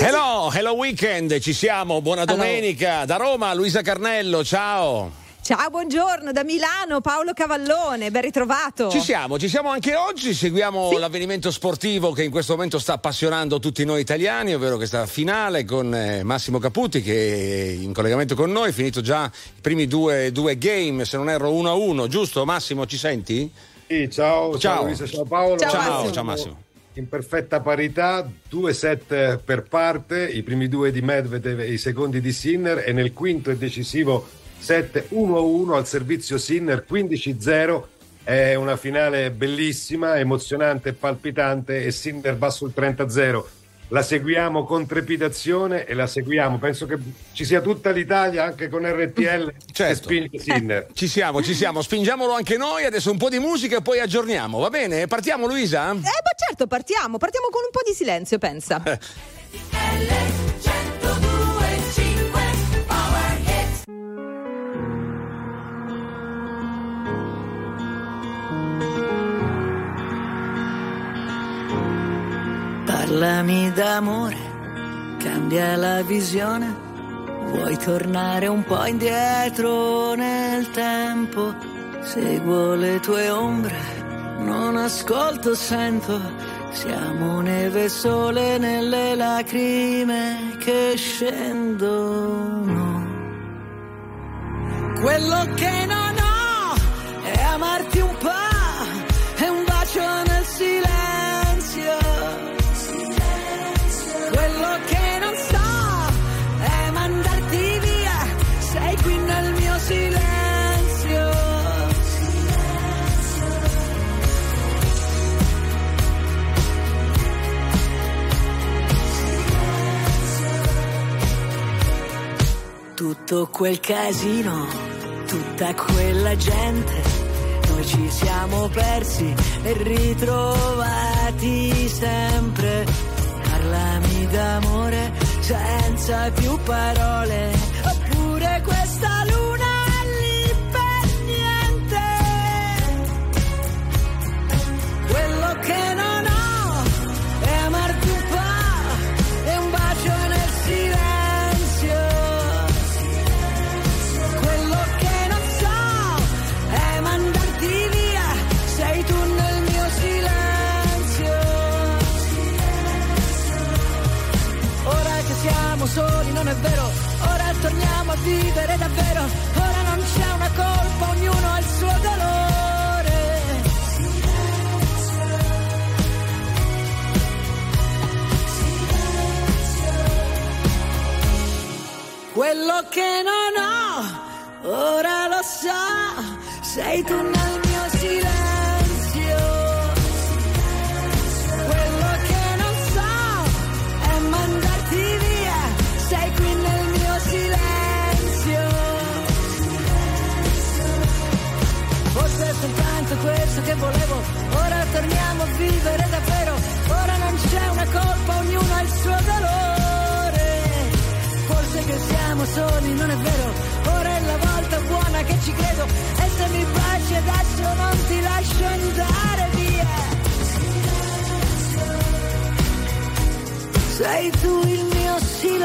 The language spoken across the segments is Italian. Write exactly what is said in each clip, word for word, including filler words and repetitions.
Hello, hello weekend, ci siamo, buona Hello. domenica. Da Roma, Luisa Carnello, ciao. Ciao, buongiorno, da Milano Paolo Cavallone, ben ritrovato. Ci siamo, ci siamo anche oggi, seguiamo Sì. l'avvenimento sportivo che in questo momento sta appassionando tutti noi italiani, ovvero questa finale con eh, Massimo Caputi che è in collegamento con noi, finito già i primi due, due game, se non erro uno a uno, giusto Massimo, ci senti? Sì, ciao, ciao, Ciao. Luisa, ciao Paolo. Ciao, Ciao, Massimo. ciao Massimo. In perfetta parità, due set per parte, i primi due di Medvedev e i secondi di Sinner, e nel quinto e decisivo set uno a uno al servizio Sinner, quindici zero. È una finale bellissima, emozionante e palpitante, e Sinner va sul trenta zero. La seguiamo con trepidazione e la seguiamo, penso che ci sia tutta l'Italia anche con R T L che Certo. spinge Sinner. Ci siamo, ci siamo, spingiamolo anche noi, adesso un po' di musica e poi aggiorniamo, va bene? Partiamo Luisa? Eh, ma certo, partiamo, partiamo con un po' di silenzio, pensa. Parlami d'amore, cambia la visione, vuoi tornare un po' indietro nel tempo, seguo le tue ombre, non ascolto, sento, siamo neve e sole nelle lacrime che scendono. Quello che non ho è amarti un po', è un bacio nel silenzio. Quello che non so è mandarti via, sei qui nel mio silenzio. Tutto quel casino, tutta quella gente, noi ci siamo persi e ritrovati sempre. Parlami d'amore senza più parole, oppure questa luna è lì per niente. Quello che non ho è amarti un po', è un bacio nel silenzio. Quello che non so è mandarti via, sei tu nel mio silenzio. Siamo soli, non è vero, ora torniamo a vivere davvero, ora non c'è una colpa, ognuno ha il suo dolore. Quello che non ho, ora lo so, sei tu nel mio silenzio. Sei qui nel mio silenzio. Forse è soltanto questo che volevo, ora torniamo a vivere davvero, ora non c'è una colpa, ognuno ha il suo dolore. Forse che siamo soli, non è vero, ora è la volta buona che ci credo, e se mi baci adesso non ti lascio andare via. Sei tu il mio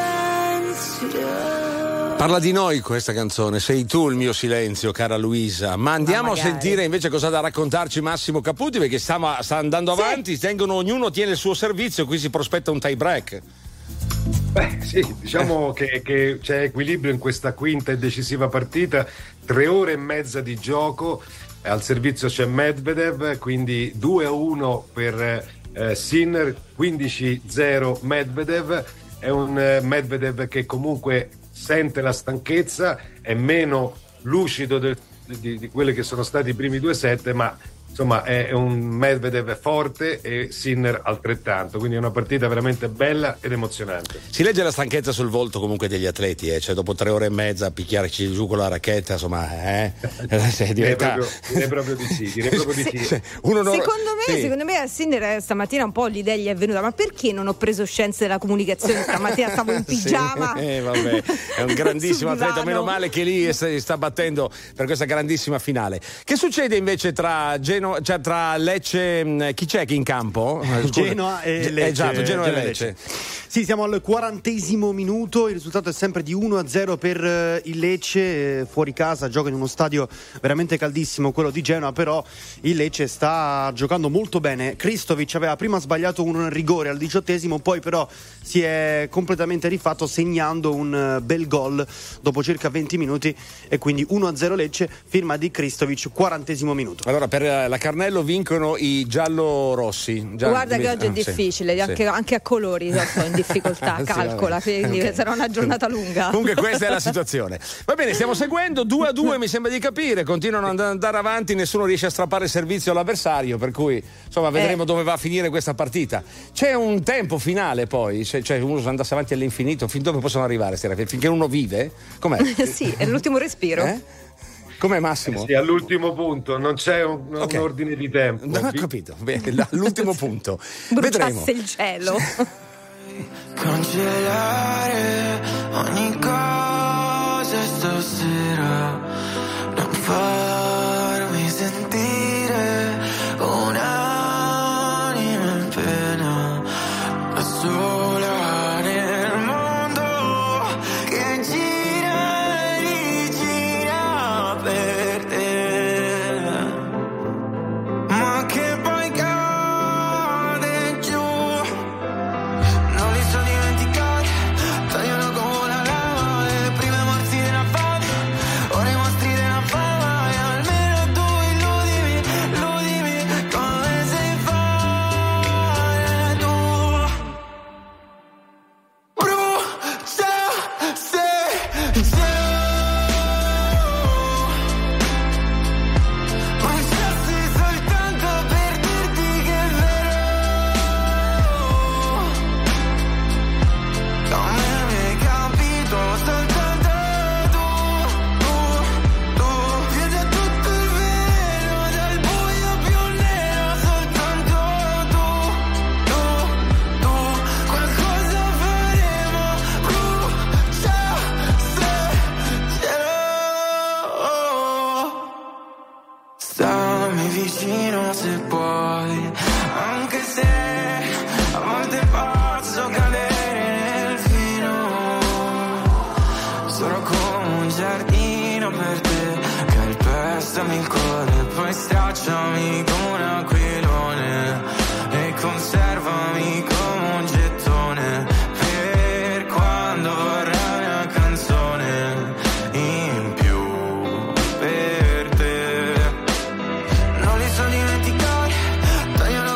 silenzio. Parla di noi questa canzone, sei tu il mio silenzio, cara Luisa. Ma andiamo Ma a magari. sentire invece cosa ha da raccontarci Massimo Caputi, perché sta, sta andando Sì. avanti, tengono, ognuno tiene il suo servizio, qui si prospetta un tie break. Beh, sì, diciamo che, che c'è equilibrio in questa quinta e decisiva partita, tre ore e mezza di gioco, al servizio c'è Medvedev, quindi due a uno per eh, Sinner, quindici zero Medvedev. È un eh, Medvedev che comunque sente la stanchezza, è meno lucido del, di, di quelli che sono stati i primi due set, ma insomma è un Medvedev forte e Sinner altrettanto, quindi è una partita veramente bella ed emozionante. Si legge la stanchezza sul volto comunque degli atleti, eh? Cioè dopo tre ore e mezza a picchiarci giù con la racchetta, insomma, eh? direi, diventa... proprio, direi proprio di sì, direi proprio di sì. Uno non... Secondo me, sì. secondo me a Sinner stamattina un po' l'idea gli è venuta, ma perché non ho preso scienze della comunicazione stamattina, stavo in pigiama. Sì, eh, vabbè, è un grandissimo sul atleta, divano. meno male che lì si sta battendo per questa grandissima finale. Che succede invece tra Genoa Genoa, cioè tra Lecce, chi c'è che in campo? Scusa. Genoa e Lecce. Esatto, Genoa e Lecce. Sì, siamo al quarantesimo minuto, il risultato è sempre di uno a zero per uh, il Lecce, eh, fuori casa, gioca in uno stadio veramente caldissimo, quello di Genoa, però il Lecce sta giocando molto bene. Kristovic aveva prima sbagliato un rigore al diciottesimo, poi però si è completamente rifatto segnando un uh, bel gol dopo circa venti minuti e quindi uno a zero Lecce, firma di Kristovic, quarantesimo minuto. Allora per la Carnello vincono i giallorossi. Già, Guarda che oggi è ah, difficile, sì, anche, sì. anche a colori sono in difficoltà, calcola, quindi okay. Sarà una giornata lunga. Comunque questa è la situazione. Va bene, stiamo seguendo due a due, mi sembra di capire, continuano ad andare avanti, nessuno riesce a strappare il servizio all'avversario, per cui insomma vedremo eh. dove va a finire questa partita. C'è un tempo finale poi, se cioè uno se andasse avanti all'infinito, fin dove possono arrivare? Finché uno vive? Com'è? Sì, è l'ultimo respiro. Eh? Com'è Massimo? Eh sì, all'ultimo punto, non c'è un, okay. un ordine di tempo. Non ho capito, bene, all'ultimo punto. Vedremo. Bruciasse il cielo. Cancellare ogni cosa stasera, non farmi sentire un'anima in pena, da sola nel mondo che gira e rigira per te, ma che poi cade giù. Non li so dimenticare, tagliano come la lava, le prime morsi della fame, ora i mostri della fama, e almeno tu illudimi, illudimi come sei fare tu. Brucia se giù, bruciassi soltanto per dirti che è vero. Come avevi capito soltanto tu, tu, tu. Viene tutto il vero dal buio più nero, soltanto tu, tu, tu. Qualcosa faremo, brucia se cielo. Stammi vicino se puoi, anche se a volte posso cadere nel fino. Sono come un giardino per te, calpestami il cuore, poi stracciami come un aquilone e conservami come un gettone per quando vorrai una canzone in più per te. Non li so dimenticare, tagliano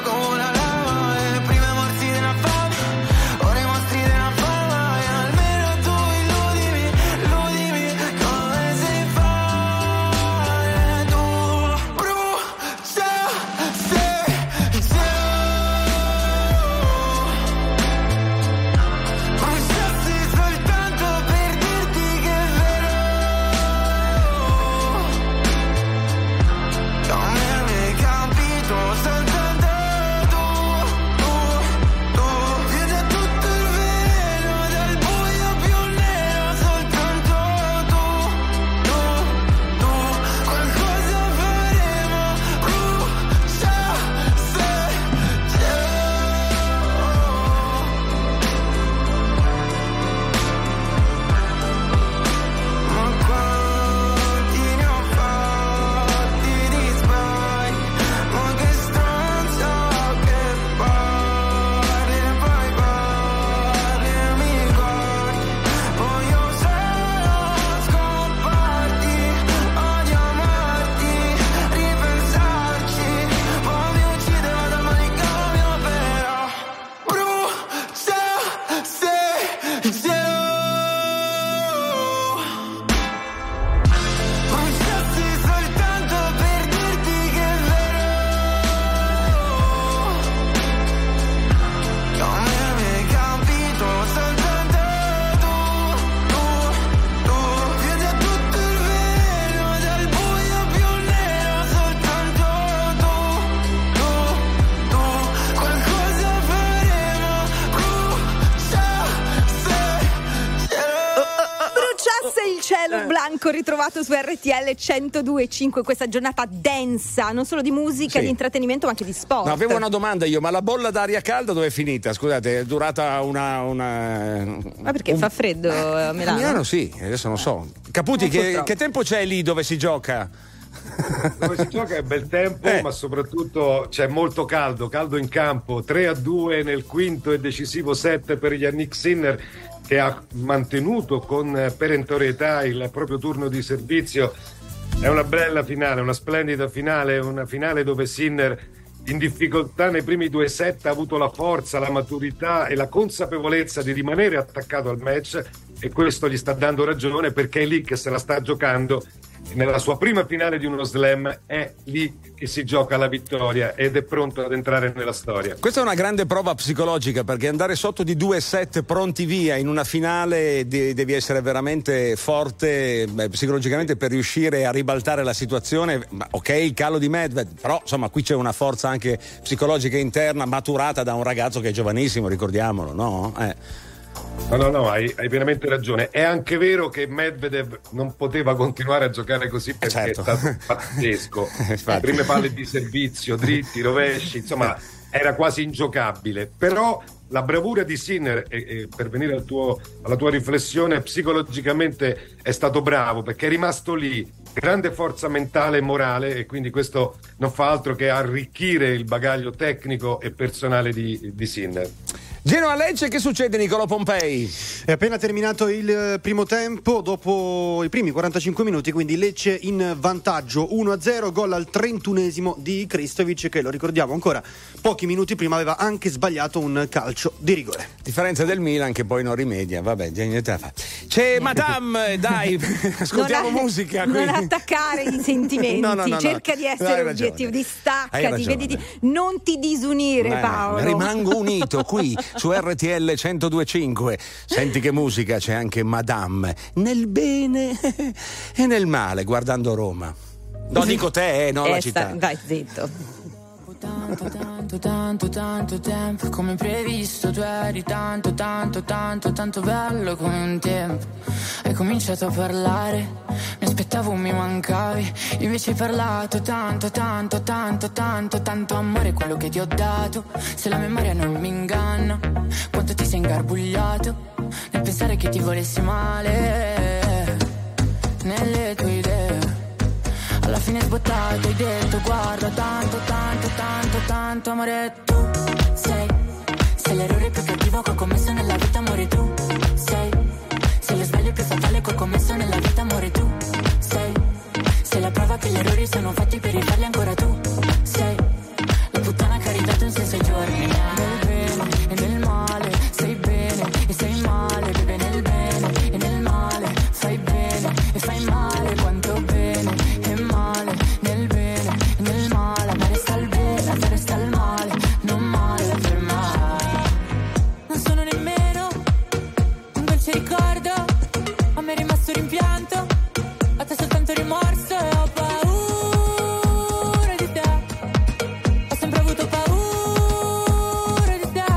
Manu Blanco ritrovato su R T L centodue e cinque, questa giornata densa, non solo di musica, Sì. di intrattenimento, ma anche di sport. No, avevo una domanda io, ma la bolla d'aria calda dove è finita? Scusate, è durata una... una... Ma perché un... fa freddo a Milano? A Milano sì, adesso non so. Caputi, Eh, che, purtroppo. che tempo c'è lì dove si gioca? Dove si gioca è bel tempo, Eh. ma soprattutto c'è molto caldo, caldo in campo. tre a due nel quinto e decisivo set per Yannick Sinner, che ha mantenuto con perentorietà il proprio turno di servizio. È una bella finale, una splendida finale, una finale dove Sinner in difficoltà nei primi due set ha avuto la forza, la maturità e la consapevolezza di rimanere attaccato al match, e questo gli sta dando ragione, perché è lì che se la sta giocando. Nella sua prima finale di uno slam è lì che si gioca la vittoria ed è pronto ad entrare nella storia. Questa è una grande prova psicologica, perché andare sotto di due set pronti via in una finale de- devi essere veramente forte beh, psicologicamente per riuscire a ribaltare la situazione. Ma, ok, il calo di Medvedev, però insomma qui c'è una forza anche psicologica interna maturata da un ragazzo che è giovanissimo, ricordiamolo, no? Eh. No, no, no, hai, hai pienamente ragione. È anche vero che Medvedev non poteva continuare a giocare così, perché certo. è stato pazzesco. Infatti. Prime palle di servizio, dritti, rovesci, insomma, era quasi ingiocabile. Però la bravura di Sinner, e, e per venire al tuo, alla tua riflessione, psicologicamente è stato bravo, perché è rimasto lì, grande forza mentale e morale, e quindi questo non fa altro che arricchire il bagaglio tecnico e personale di, di Sinner. Genoa Lecce, che succede, Nicolò Pompei? È appena terminato il primo tempo, dopo i primi quarantacinque minuti, quindi Lecce in vantaggio uno a zero, gol al trentunesimo di Kristovic, che lo ricordiamo ancora pochi minuti prima aveva anche sbagliato un calcio di rigore. Differenza del Milan che poi non rimedia, vabbè, niente da fare. C'è Madame, dai, ascoltiamo Non a- musica. Non qui. attaccare i sentimenti, No, no, no, no. cerca di Hai essere ragione. obiettivo, Hai distaccati, ragione. vediti, non ti disunire, Eh, Paolo. rimango unito qui su R T L centodue e cinque. Senti che musica, c'è anche Madame, nel bene e nel male, guardando Roma. No, dico te, eh, no, Eh, la sta- città. Dai, zitto. Tanto, tanto, tanto, tanto tempo come previsto, tu eri tanto, tanto, tanto, tanto bello come un tempo. Hai cominciato a parlare, mi aspettavo, mi mancavi, invece hai parlato tanto, tanto, tanto, tanto, tanto amore quello che ti ho dato. Se la memoria non mi inganna, quanto ti sei ingarbugliato nel pensare che ti volessi male nelle tue idee. Alla fine sbottato hai detto guarda tanto, tanto, tanto, tanto amore tu sei, sei l'errore più cattivo che ho commesso nella vita amore tu sei, sei lo sbaglio più fatale che ho commesso nella vita amore tu sei, sei la prova che gli errori sono fatti per rifarli ancora tu sei, la puttana che ha ridato un senso ai giorni. Nel bene e nel male sei bene e sei male, bebe nel bene e nel male fai bene e fai male, quanto bene e male, nel bene e nel male, ma resta il bene, ma resta il male, non male per mai. Non sono nemmeno un dolce ricordo, a me è rimasto rimpianto, a te soltanto rimorso e ho paura di te, ho sempre avuto paura di te.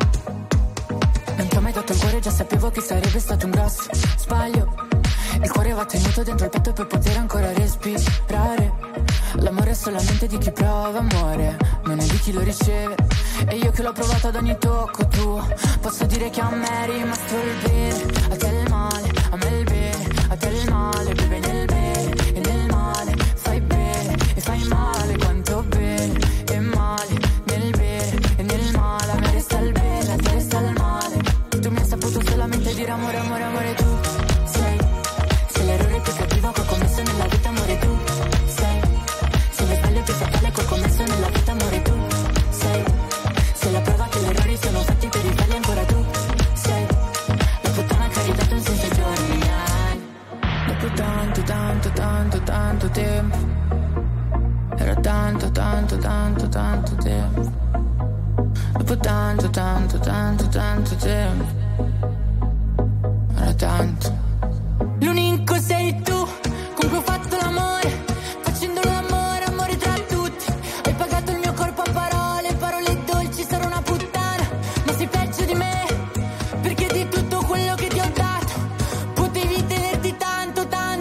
Non ti ho mai dato il cuore, già sapevo che sarebbe stato un grosso sbaglio. Il cuore va tenuto dentro il petto per poter ancora respirare. L'amore è solamente di chi prova amore, non è di chi lo riceve. E io che l'ho provato ad ogni tocco tuo, posso dire che a me è rimasto il bene, a te il male, a me il bene, a te il male, bebe nel bene e nel male, fai bene e fai male, quanto bene e male, nel bene e nel male, a me resta il bene, a te resta il male. Tu mi hai saputo solamente dire amore, amore, amore tu sei, sei l'errore più cattivo che ho commesso nella vita amore tu sei, sei lo sbaglio più fatale che ho commesso nella vita amore tu sei, sei la prova che gli errori sono fatti per rifarli ancora tu sei, la puttana che ha ridato un senso ai giorni. Dopo tanto, tanto, tanto, tanto tempo, era tanto, tanto, tanto, tanto tempo. Dopo tanto, tanto, tanto, tanto tempo, era tanto. L'unico sei tu con cui ho fatto l'amore, facendo l'amore, amore tra tutti. Hai pagato il mio corpo a parole, parole dolci, sarò una puttana, ma sei peggio di me, perché di tutto quello che ti ho dato potevi tenerti tanto, tanto,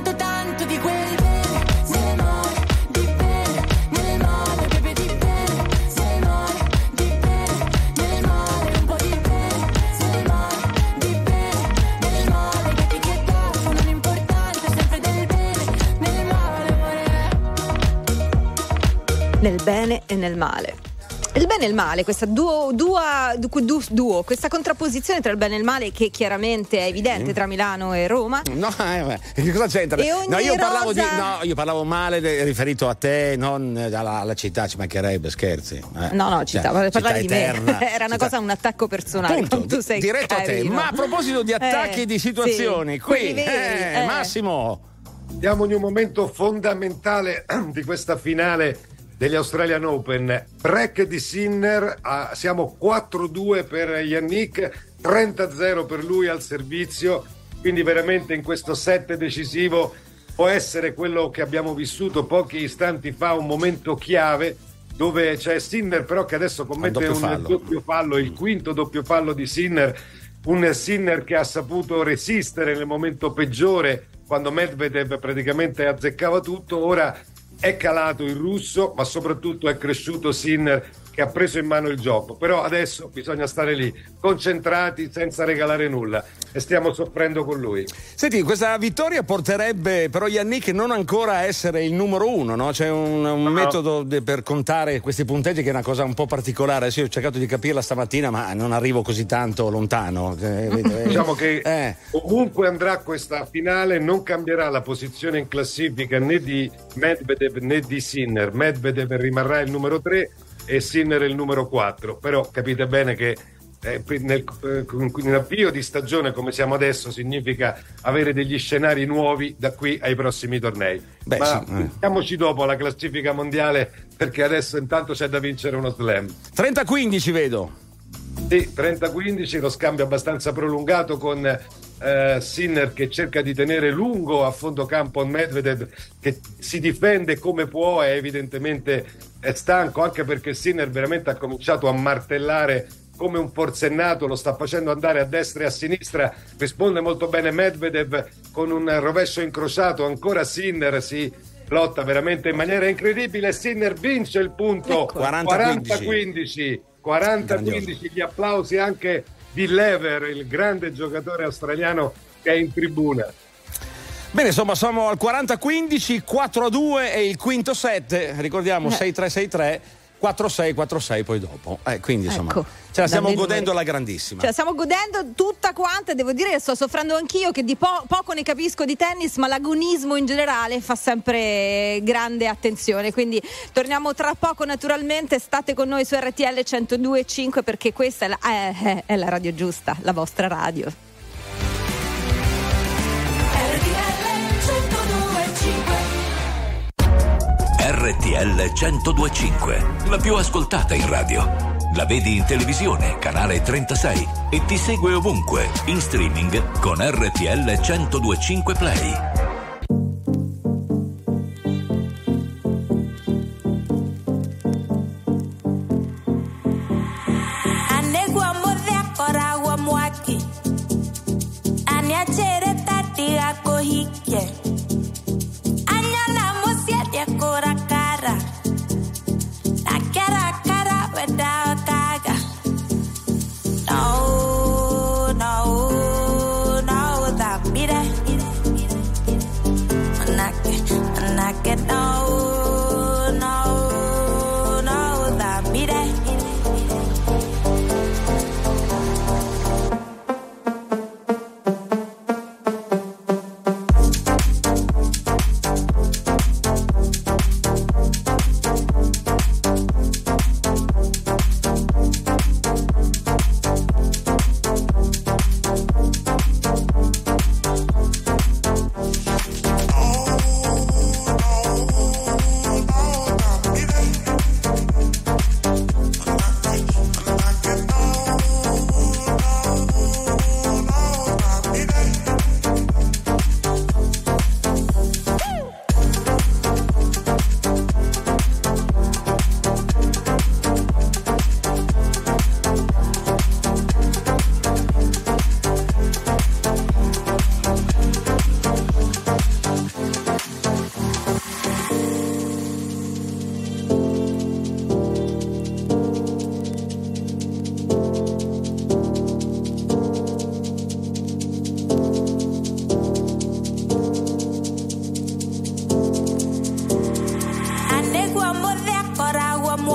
bene e nel male. Il bene e il male, questa duo, duo, duo, duo, questa contrapposizione tra il bene e il male che chiaramente è evidente sì. tra Milano e Roma. No, eh, che cosa c'entra? E ogni no, io rosa... parlavo di, no, io parlavo male de, riferito a te, non alla, alla città, ci mancherebbe, scherzi. Eh. No, no, città, cioè, parlavi di eterna, me. Era una città... cosa, un attacco personale. Punto, tu sei diretto carino. a te. Ma a proposito di attacchi e eh, di situazioni, sì, qui, veri, eh, eh. Massimo. Siamo in un momento fondamentale di questa finale degli Australian Open. Break di Sinner, ah, siamo quattro due per Yannick, trenta a zero per lui al servizio, quindi veramente in questo set decisivo può essere quello che abbiamo vissuto pochi istanti fa, un momento chiave dove c'è Sinner però che adesso commette un, un doppio fallo, il quinto doppio fallo di Sinner, un Sinner che ha saputo resistere nel momento peggiore quando Medvedev praticamente azzeccava tutto. Ora è calato il russo, ma soprattutto è cresciuto Sinner che ha preso in mano il gioco. Però adesso bisogna stare lì, concentrati, senza regalare nulla, e stiamo soffrendo con lui. Senti, questa vittoria porterebbe però Yannick non ancora a essere il numero uno, no? C'è un, un no. metodo de, per contare questi punteggi che è una cosa un po' particolare. Adesso io ho cercato di capirla stamattina, ma non arrivo così tanto lontano. Diciamo che eh. ovunque andrà questa finale non cambierà la posizione in classifica né di Medvedev né di Sinner. Medvedev rimarrà il numero tre e Sinner il numero quattro, però capite bene che eh, nel, eh, in avvio di stagione come siamo adesso significa avere degli scenari nuovi da qui ai prossimi tornei. Beh, ma sì, mettiamoci eh. dopo la classifica mondiale, perché adesso intanto c'è da vincere uno slam. trenta quindici vedo. Sì, trenta quindici, lo scambio abbastanza prolungato con eh, Sinner che cerca di tenere lungo a fondo campo Medvedev che si difende come può, è evidentemente è stanco, anche perché Sinner veramente ha cominciato a martellare come un forsennato, lo sta facendo andare a destra e a sinistra, risponde molto bene Medvedev con un rovescio incrociato, ancora Sinner si lotta veramente in maniera incredibile, Sinner vince il punto, ecco. quaranta quindici quaranta quindici, gli applausi anche di Lever, il grande giocatore australiano che è in tribuna. Bene, insomma, siamo al quaranta quindici, quattro a due e il quinto set, ricordiamo, sei tre sei tre, quattro sei quattro sei poi dopo. Eh, quindi insomma, ecco, ce la stiamo godendo alla grandissima. Ce la stiamo godendo tutta quanta, devo dire che sto soffrendo anch'io, che di po- poco ne capisco di tennis, ma l'agonismo in generale fa sempre grande attenzione. Quindi torniamo tra poco naturalmente, state con noi su R T L centodue e cinque perché questa è la, è, è la radio giusta, la vostra radio. R T L centodue e cinque, la più ascoltata in radio. La vedi in televisione, canale trentasei, e ti segue ovunque, in streaming con R T L centodue e cinque Play.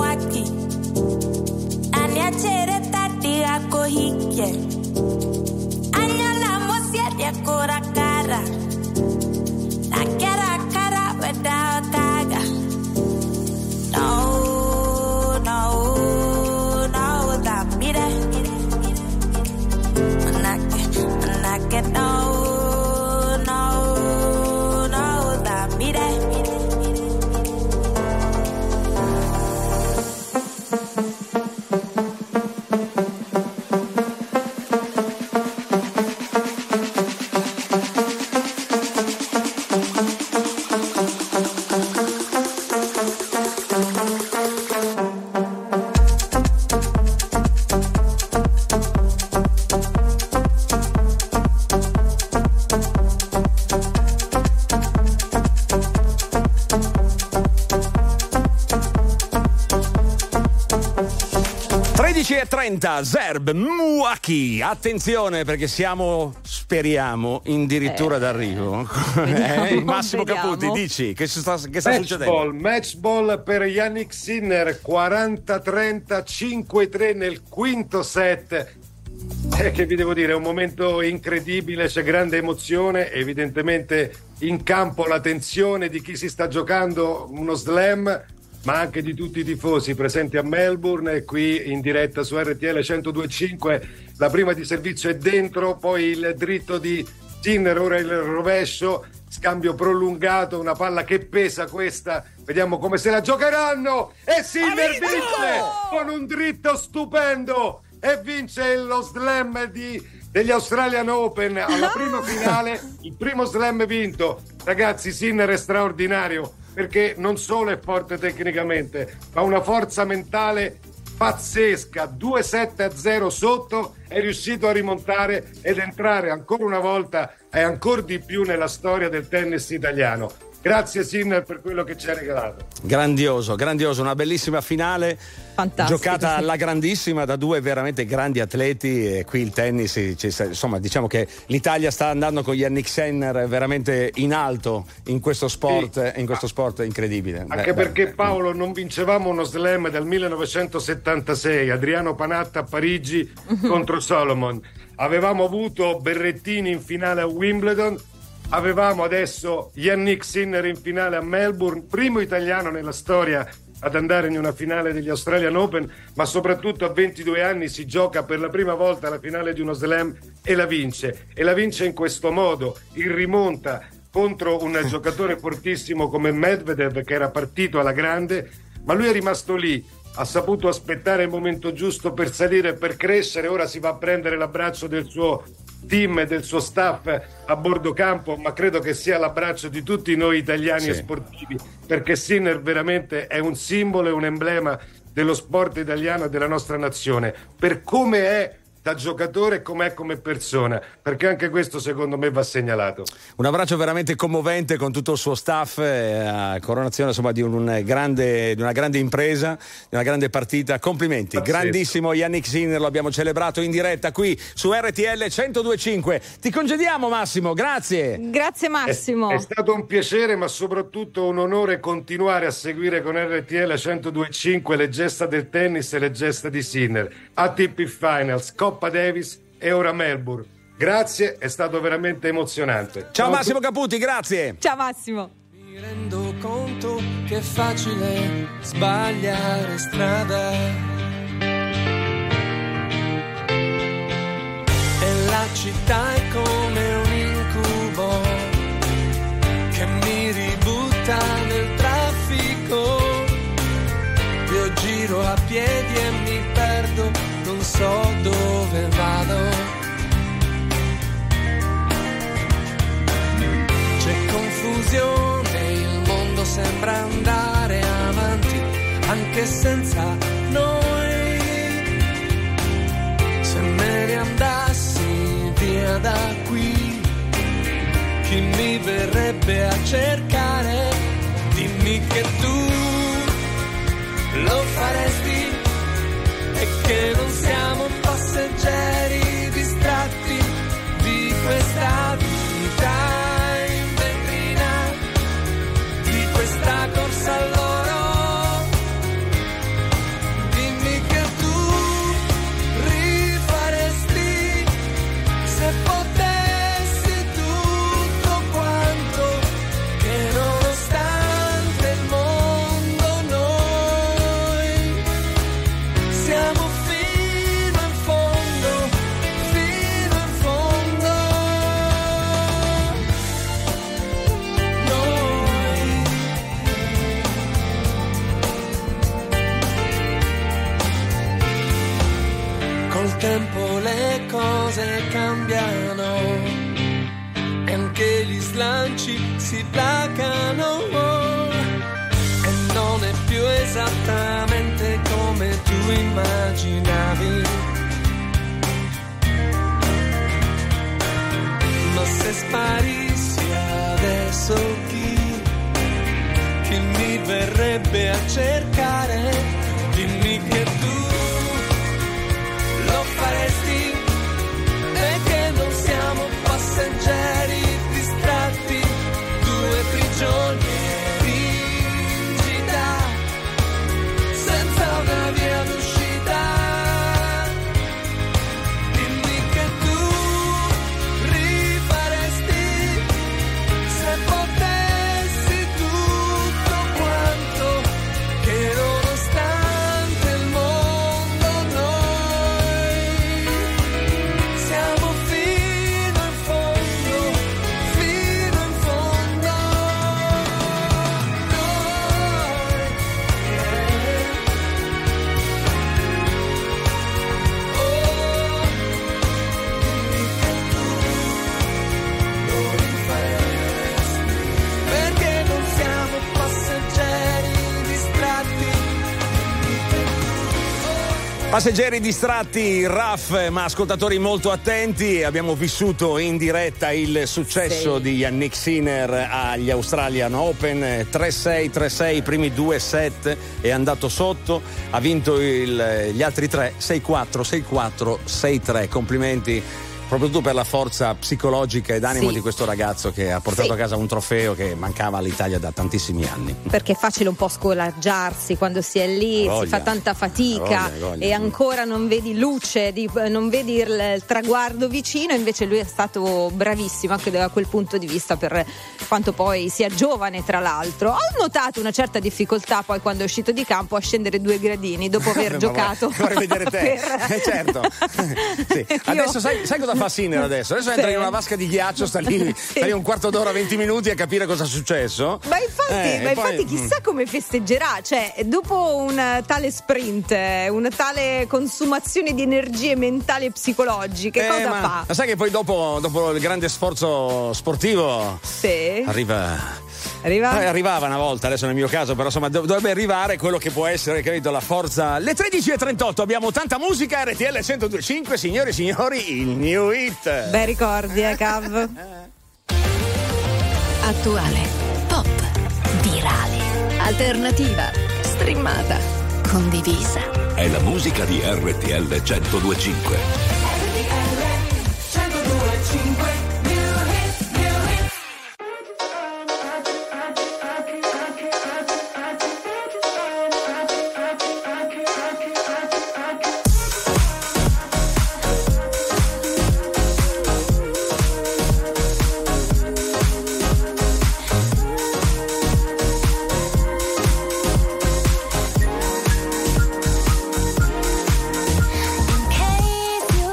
Milwaukee. Aniachere tati ako hike. Anyala mosiete akora cara. La cara cara without taga. No, no, no, da mire. Manake, manake, no, no, no, da mire. tredici e trenta, Zerb, Milwaukee. Attenzione perché siamo, speriamo, addirittura eh, d'arrivo. Eh, Massimo vediamo. Caputi, dici che sta, che sta Match succedendo? ball, match ball per Jannik Sinner, quaranta trenta, cinque tre nel quinto set. Eh, che vi devo dire, è un momento incredibile, c'è grande emozione, evidentemente in campo la tensione di chi si sta giocando uno slam, ma anche di tutti i tifosi presenti a Melbourne e qui in diretta su R T L centodue e cinque. La prima di servizio è dentro, poi il dritto di Sinner, ora il rovescio, scambio prolungato, una palla che pesa questa, vediamo come se la giocheranno e Sinner vince con un dritto stupendo e vince lo slam di, degli Australian Open alla prima finale, il primo slam vinto. Ragazzi, Sinner è straordinario perché non solo è forte tecnicamente, ma una forza mentale pazzesca. Due sette a zero sotto, è riuscito a rimontare ed entrare ancora una volta e ancora di più nella storia del tennis italiano. Grazie Sinner per quello che ci ha regalato. Grandioso, grandioso, una bellissima finale. Fantastico, giocata sì. alla grandissima da due veramente grandi atleti e qui il tennis, insomma, diciamo che l'Italia sta andando con Jannik Sinner veramente in alto in questo sport, sì. in questo sport incredibile. Anche beh, perché beh. Paolo, non vincevamo uno slam dal millenovecentosettantasei, Adriano Panatta a Parigi contro Solomon. Avevamo avuto Berrettini in finale a Wimbledon. Avevamo adesso Jannik Sinner in finale a Melbourne, primo italiano nella storia ad andare in una finale degli Australian Open, ma soprattutto a ventidue anni si gioca per la prima volta la finale di uno slam e la vince. E la vince in questo modo, in rimonta contro un giocatore fortissimo come Medvedev che era partito alla grande, ma lui è rimasto lì, ha saputo aspettare il momento giusto per salire e per crescere. Ora si va a prendere l'abbraccio del suo team e del suo staff a bordo campo, ma credo che sia l'abbraccio di tutti noi italiani sì. e sportivi, perché Sinner veramente è un simbolo e un emblema dello sport italiano e della nostra nazione, per come è da giocatore e com'è come persona, perché anche questo secondo me va segnalato. Un abbraccio veramente commovente con tutto il suo staff, eh, a coronazione insomma di, un grande, di una grande impresa, di una grande partita. Complimenti, Pazzesco. Grandissimo Jannik Sinner, lo abbiamo celebrato in diretta qui su R T L centodue e cinque. Ti congediamo Massimo, grazie. Grazie Massimo. È, è stato un piacere, ma soprattutto un onore continuare a seguire con R T L centodue e cinque le gesta del tennis e le gesta di Sinner. A T P Finals, Coppa Davis e ora Melbourne. Grazie, è stato veramente emozionante. Ciao, Ciao Massimo Caputi, grazie. Ciao Massimo. Mi rendo conto che è facile sbagliare strada e la città è come un incubo che mi ributta nel traffico. Io giro a piedi e mi perdo, non so dove vado. C'è confusione, il mondo sembra andare avanti anche senza noi. Se me ne andassi via da qui, chi mi verrebbe a cercare? Dimmi che tu lo faresti e che non siamo passeggeri distratti di questa vita in vetrina, di questa corsa all'oro. Col tempo le cose cambiano e anche gli slanci si placano e non è più esattamente come tu immaginavi. Ma se sparissi adesso chi, chi mi verrebbe a cercare? Dimmi che tu lo faresti e che non siamo passeggeri distratti, due prigionieri in città senza una via d'uscita. Dimmi che tu rifaresti se potessi tutto quanto, che nonostante il mondo noi siamo fino in fondo, fino in fondo noi, yeah. Oh, dimmi che tu lo rifaresti, perché non siamo passeggeri distratti. Passeggeri distratti, Raff, ma ascoltatori molto attenti. Abbiamo vissuto in diretta il successo Sì. di Yannick Sinner agli Australian Open, tre sei tre sei, i primi due set, è andato sotto, ha vinto il- gli altri tre, sei quattro, sei quattro, sei tre. Complimenti proprio tu per la forza psicologica e d'animo Sì. di questo ragazzo che ha portato Sì. a casa un trofeo che mancava all'Italia da tantissimi anni. Perché è facile un po' scoraggiarsi quando si è lì, Voglia. si fa tanta fatica Voglia, voglia. e ancora non vedi luce, di- non vedi il, il traguardo vicino. Invece lui è stato bravissimo anche da quel punto di vista, per quanto poi sia giovane tra l'altro. Ho notato una certa difficoltà poi quando è uscito di campo a scendere due gradini dopo aver Ma giocato. vorrei, vorrei vedere te. per- Eh, certo. Sì. Adesso sai, sai cosa fa Sinner adesso? Adesso entra Sì. in una vasca di ghiaccio, sta lì, sta lì un quarto d'ora, venti minuti a capire cosa è successo. Ma infatti, Eh, ma e poi- infatti chissà come festeggerà, cioè dopo un tale sprint, una tale consumazione di energie mentali e psicologiche, Eh, cosa ma, fa? ma sai che poi dopo, dopo il grande sforzo sportivo Sì. arriva. Arriva? Eh, arrivava una volta, adesso nel mio caso, però insomma dov- dovrebbe arrivare quello che può essere, capito, la forza. Le tredici e trentotto abbiamo tanta musica, R T L centodue e cinque, signori e signori, il New Hit. Bei ricordi, eh, Cav? Attuale, pop, virale, alternativa, streamata, condivisa. È la musica di R T L centodue e cinque. In case you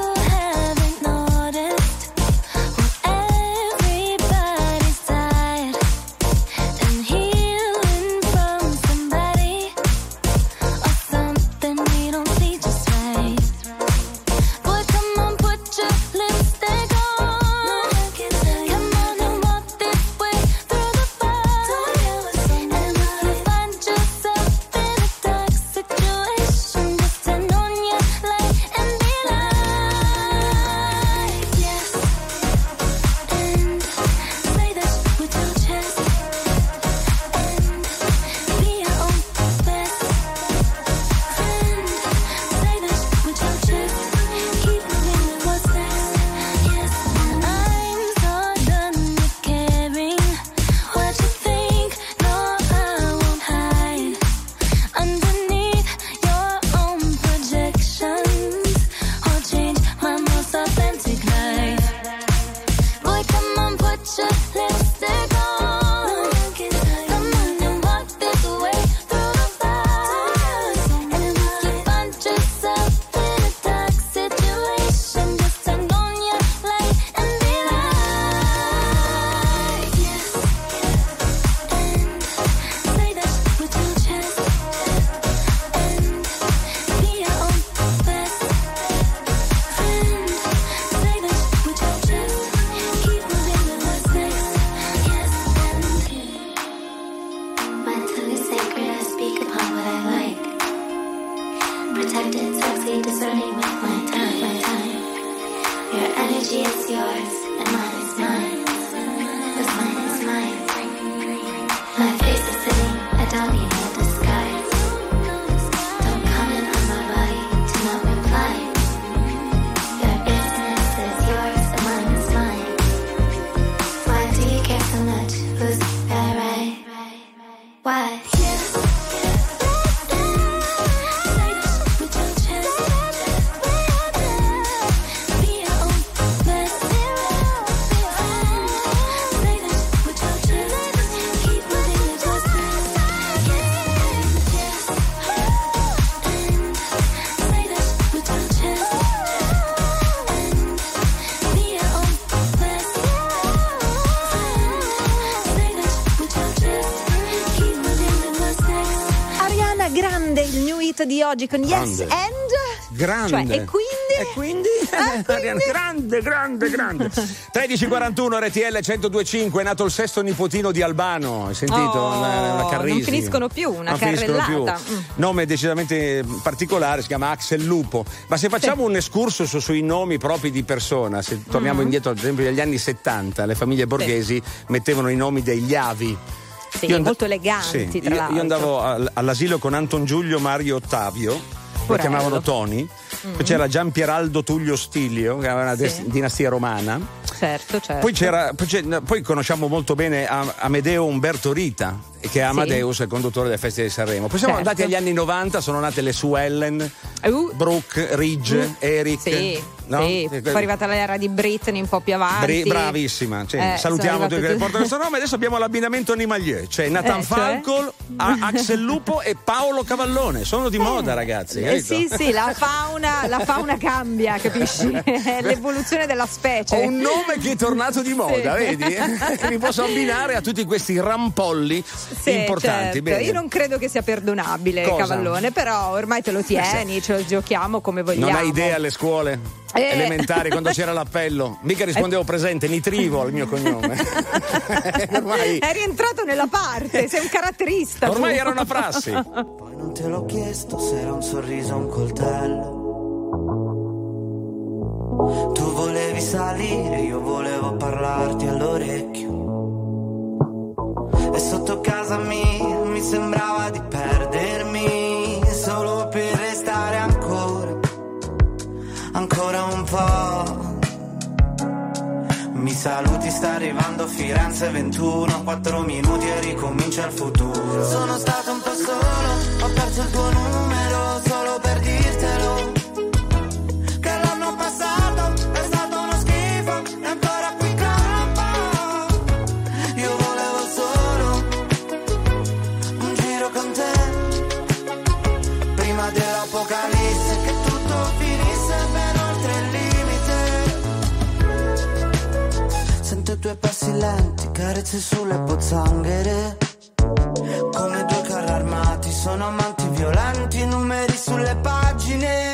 independent, sexy, discerning with my time, my time. Your energy is yours, and mine is mine. What's mine is mine. My face is sitting a dummy in a disguise. Don't comment on my body, do not reply. Your business is yours, and mine is mine. Why do you care so much? Who's that right? Why? Di oggi con Yes Grande. and Grande. Cioè, e quindi e quindi, ah, quindi? grande grande grande tredici e quarantuno R T L centodue e cinque è nato il sesto nipotino di Albano, hai sentito? Oh, una, una Carrisi. non finiscono più, una non finiscono carrellata più. Mm. Nome decisamente particolare, si chiama Axel Lupo, ma se facciamo sì. un excursus su, sui nomi propri di persona, se torniamo mm. indietro ad esempio agli anni settanta, le famiglie borghesi sì. mettevano i nomi degli avi. Sì, io and- molto eleganti, sì, tra io, l'altro. io andavo al- all'asilo con Anton Giulio Mario Ottavio, lo Porello. chiamavano Tony, Mm. poi c'era Gian Pieraldo Tullio Stilio, che era una Sì. des- dinastia romana. Certo, certo. Poi, c'era, poi, c'è- poi conosciamo molto bene Am- Amedeo Umberto Rita, che è Amadeus, il conduttore delle feste di Sanremo. Poi siamo Certo. andati agli anni novanta, sono nate le Sue Ellen, Uh. Brooke, Ridge, Uh. Eric. Sì, no? sì. Poi è arrivata l'era di Britney un po' più avanti. Bri- bravissima, sì. Eh, salutiamo sono tutti che arrivate portano questo nome. Adesso abbiamo l'abbinamento Animalier, c'è Nathan Eh, cioè? Falcon, A- Axel Lupo e Paolo Cavallone. Sono di moda, ragazzi. Eh, capito? sì, sì, la fauna, la fauna cambia, capisci? È l'evoluzione della specie. Ho un nome che è tornato di moda, Sì. vedi? Che mi posso abbinare a tutti questi rampolli Sì, importanti. certo. Bene. Io non credo che sia perdonabile, Cosa? Cavallone, però ormai te lo tieni, ce lo giochiamo come vogliamo. Non hai idea alle scuole Eh. elementari quando c'era l'appello? Mica rispondevo presente, nitrivo al mio cognome. ormai, È rientrato nella parte, sei un caratterista. ormai tu. era una prassi. Poi non te l'ho chiesto se era un sorriso o un coltello. Tu volevi salire, io volevo parlarti all'orecchio. E sotto casa mia mi sembrava di perdermi, solo per restare ancora, ancora un po'. Mi saluti, sta arrivando Firenze ventuno, quattro minuti e ricomincia il futuro. Sono stato un po' solo, ho perso il tuo numero solo per dirtelo, che l'anno passato è stato uno schifo e ancora qui campo. Io volevo solo un giro con te, prima dell'apocalisse, che tutto finisse ben oltre il limite. Sento i tuoi passi lenti, carezze sulle pozzanghere, come due carri armati, sono amanti violenti, numeri sulle pagine.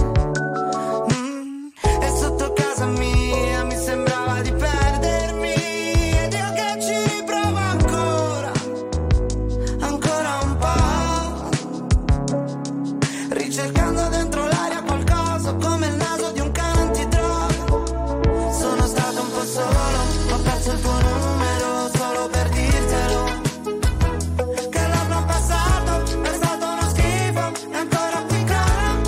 Mm. E sotto casa mia mi sembrava di perdermi, ed io che ci riprovo ancora, ancora un po', ricercando dentro l'aria qualcosa come il naso di un cane antidroga. Sono stato un po' solo, ho perso il tuo numero solo per dirtelo, che l'anno passato è stato uno schifo e ancora qui campo.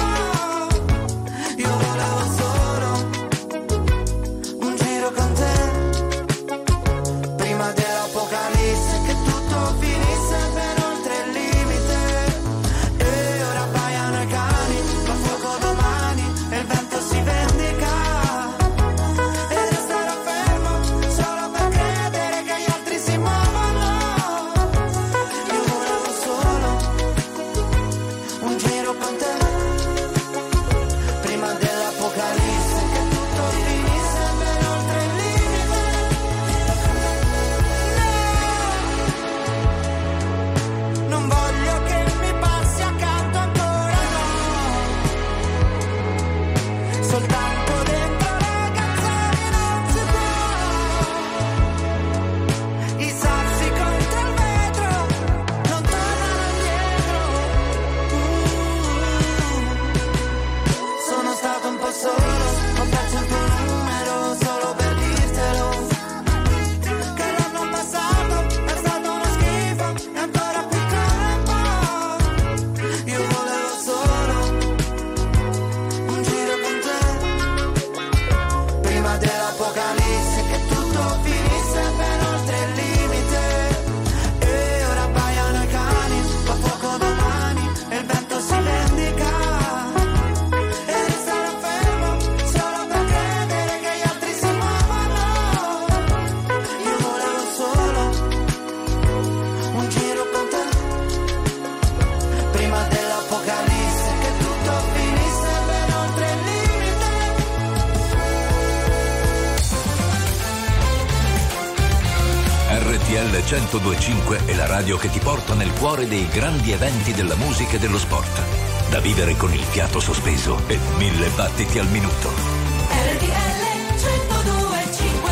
centodue e cinque è la radio che ti porta nel cuore dei grandi eventi della musica e dello sport. Da vivere con il fiato sospeso e mille battiti al minuto. R T L centodue e cinque.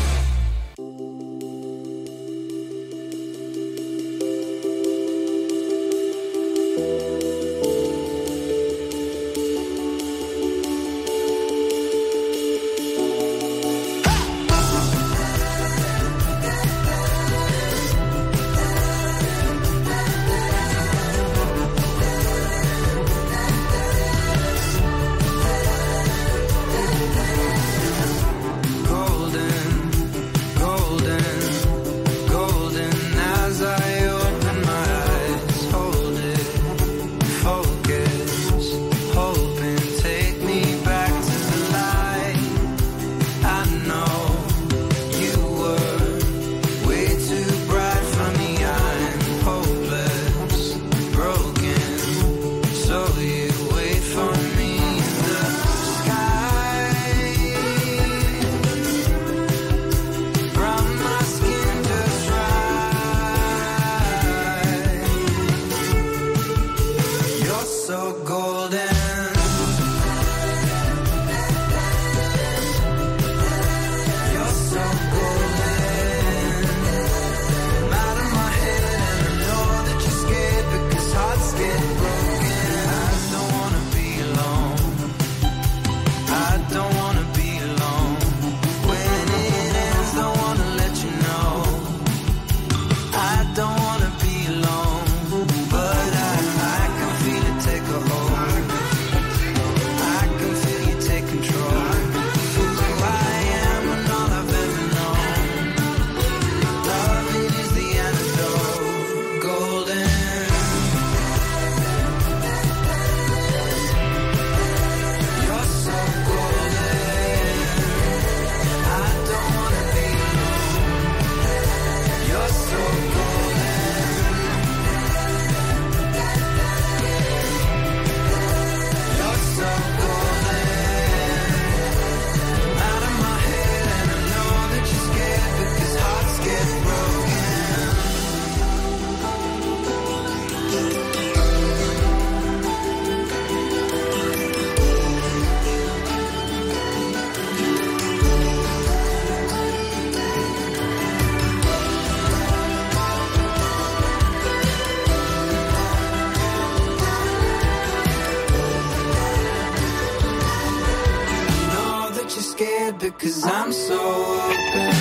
Because I'm so open.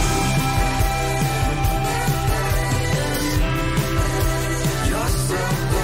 You're so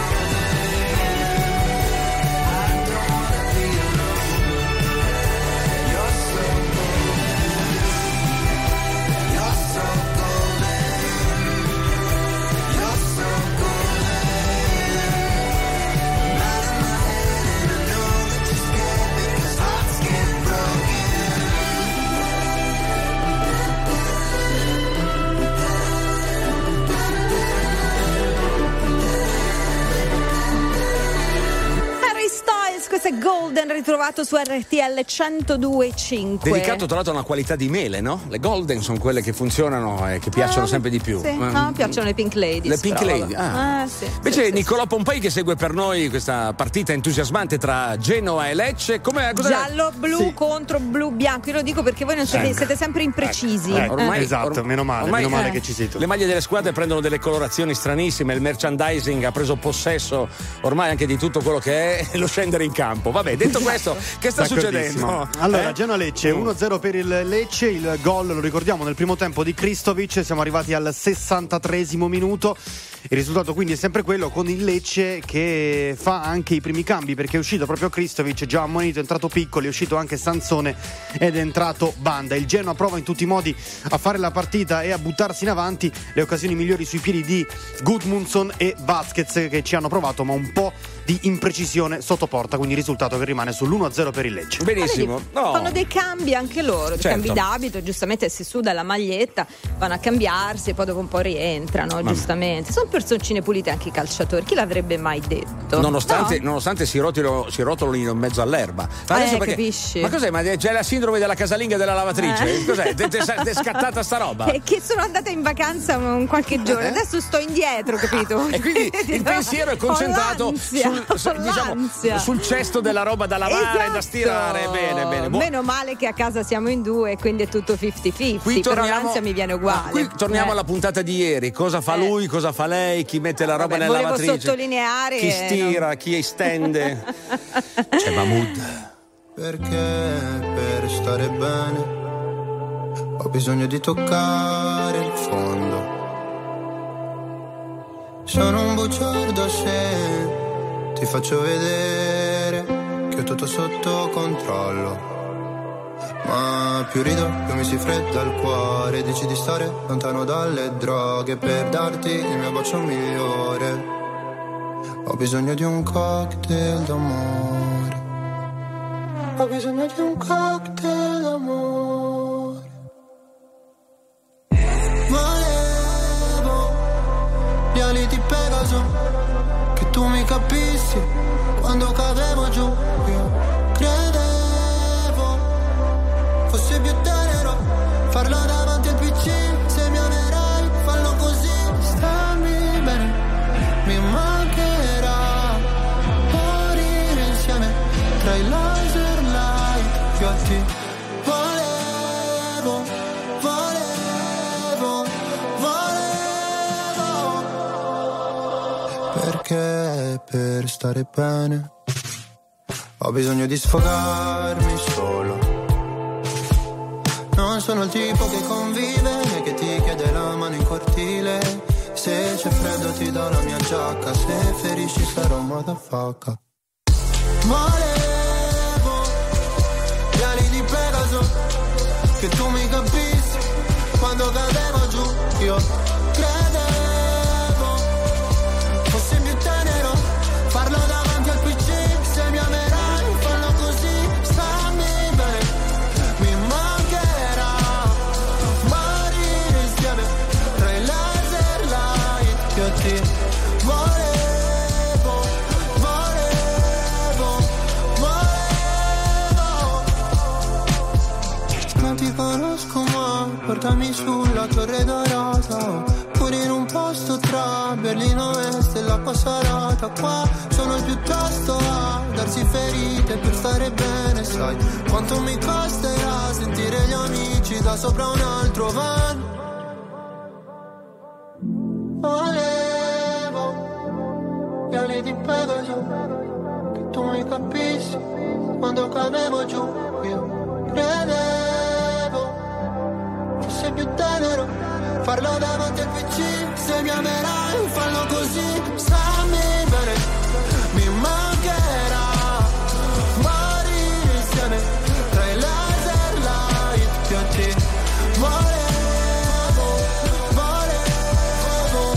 questo è Golden, ritrovato su R T L centodue e cinque. Dedicato tra l'altro a una qualità di mele, no? Le Golden sono quelle che funzionano e che piacciono ah, sempre di più. Sì. Ma... No, piacciono le Pink Ladies. Le Pink però, Lady, ah. ah sì, Invece sì, Niccolò sì. Pompei che segue per noi questa partita entusiasmante tra Genoa e Lecce. Com'è? Cos'è? Giallo blu Sì. contro blu bianco. Io lo dico perché voi non siete, Ecco. siete sempre imprecisi. Ecco, ormai- esatto, or- meno male, ormai- meno male eh. che ci sei tu. Le maglie delle squadre prendono delle colorazioni stranissime, il merchandising ha preso possesso ormai anche di tutto quello che è lo scendere in campo. Vabbè, detto questo, che sta succedendo? Allora, Eh? Genoa-Lecce uno a zero per il Lecce, il gol lo ricordiamo nel primo tempo di Kristovic, siamo arrivati al sessantatreesimo minuto. Il risultato quindi è sempre quello, con il Lecce che fa anche i primi cambi, perché è uscito proprio Kristovic, già ammonito, è entrato Piccoli, è uscito anche Sansone ed è entrato Banda. Il Genoa prova in tutti i modi a fare la partita e a buttarsi in avanti, le occasioni migliori sui piedi di Gudmundsson e Vasquez che ci hanno provato, ma un po' di imprecisione sotto porta, quindi risultato che rimane sull'uno a zero per il Lecce. Benissimo. No. Fanno dei cambi anche loro, dei Certo. cambi d'abito, giustamente si suda la maglietta, vanno a cambiarsi e poi dopo un po' rientrano, giustamente. Sono personcine pulite anche i calciatori, chi l'avrebbe mai detto? Nonostante, No? nonostante si, rotino, si rotolino in mezzo all'erba. Ma adesso Eh, perché- capisci? Ma cos'è? Ma c'è la sindrome della casalinga e della lavatrice? Eh. Cos'è? Ti è scattata sta roba? È che sono andata in vacanza un qualche giorno, adesso sto indietro, capito? E quindi il pensiero è concentrato Ho l'ansia, sul, su- ho diciamo, l'ansia. sul cesto della roba da lavare, Esatto. da stirare. Bene, bene. Buo- Meno male che a casa siamo in due, quindi è tutto cinquanta cinquanta, Qui però torniamo- l'ansia mi viene uguale. Qui torniamo Eh. alla puntata di ieri. Cosa fa Eh. lui, cosa fa lei, chi mette la roba Vabbè, nella volevo lavatrice. sottolineare, Chi eh, stira, chi stende. C'è Mahmood. Perché per stare bene ho bisogno di toccare il fondo. Sono un bugiardo se ti faccio vedere che ho tutto sotto controllo. Ma più rido, più mi si fredda il cuore. Dici di stare lontano dalle droghe per darti il mio bacio migliore. Ho bisogno di un cocktail d'amore. Ho bisogno di un cocktail d'amore. Volevo gli ali di Pegaso, che tu mi capissi quando cadevo giù. Io credevo fosse più tenero farlo davanti al P C. Se mi amerai, fallo così. Stammi bene, mi mancherà morire insieme tra i laser light. Io a te volevo, volevo, volevo. Perché per stare bene ho bisogno di sfogarmi solo. Non sono il tipo che convive né che ti chiede la mano in cortile. Se c'è freddo ti do la mia giacca, se ferisci sarò motherfucker. Volevo gli ali di Pegaso, che tu mi capissi quando cadevo giù. Io credevo fosse più tenero farlo davanti al P C. Se mi amerai, fallo così. Stammi bene, mi mancherà morire insieme tra i laser light. Io a te volevo, volevo, volevo. Non ti conosco ma portami sulla Torre Dorata, pure in un posto tra Berlino Est e la Passarata. Qua sono piuttosto a darsi ferite per stare bene. Sai quanto mi costerà sentire gli amici da sopra un altro van. Volevo gli ali di Pegaso, che tu mi capissi quando cadevo giù. Io credevo fosse più tenero farlo davanti al P C. Se mi amerai, fallo così. Stammi bene, mi mancherà morire insieme tra i laser light. Io a te volevo, volevo,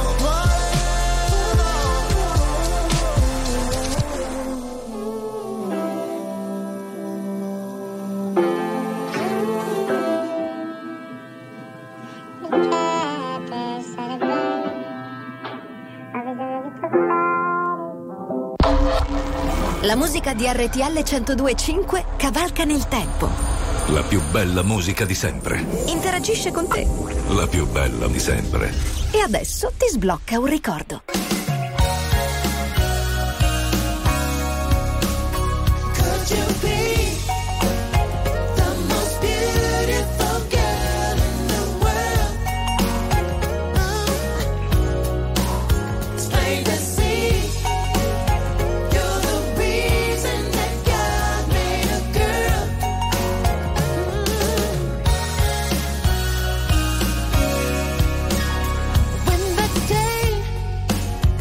La musica di R T L centodue e cinque cavalca nel tempo. La più bella musica di sempre. Interagisce con te. La più bella di sempre. E adesso ti sblocca un ricordo. Could you be the most beautiful girl in the world? It's plain to see you're the reason that God made a girl. When that day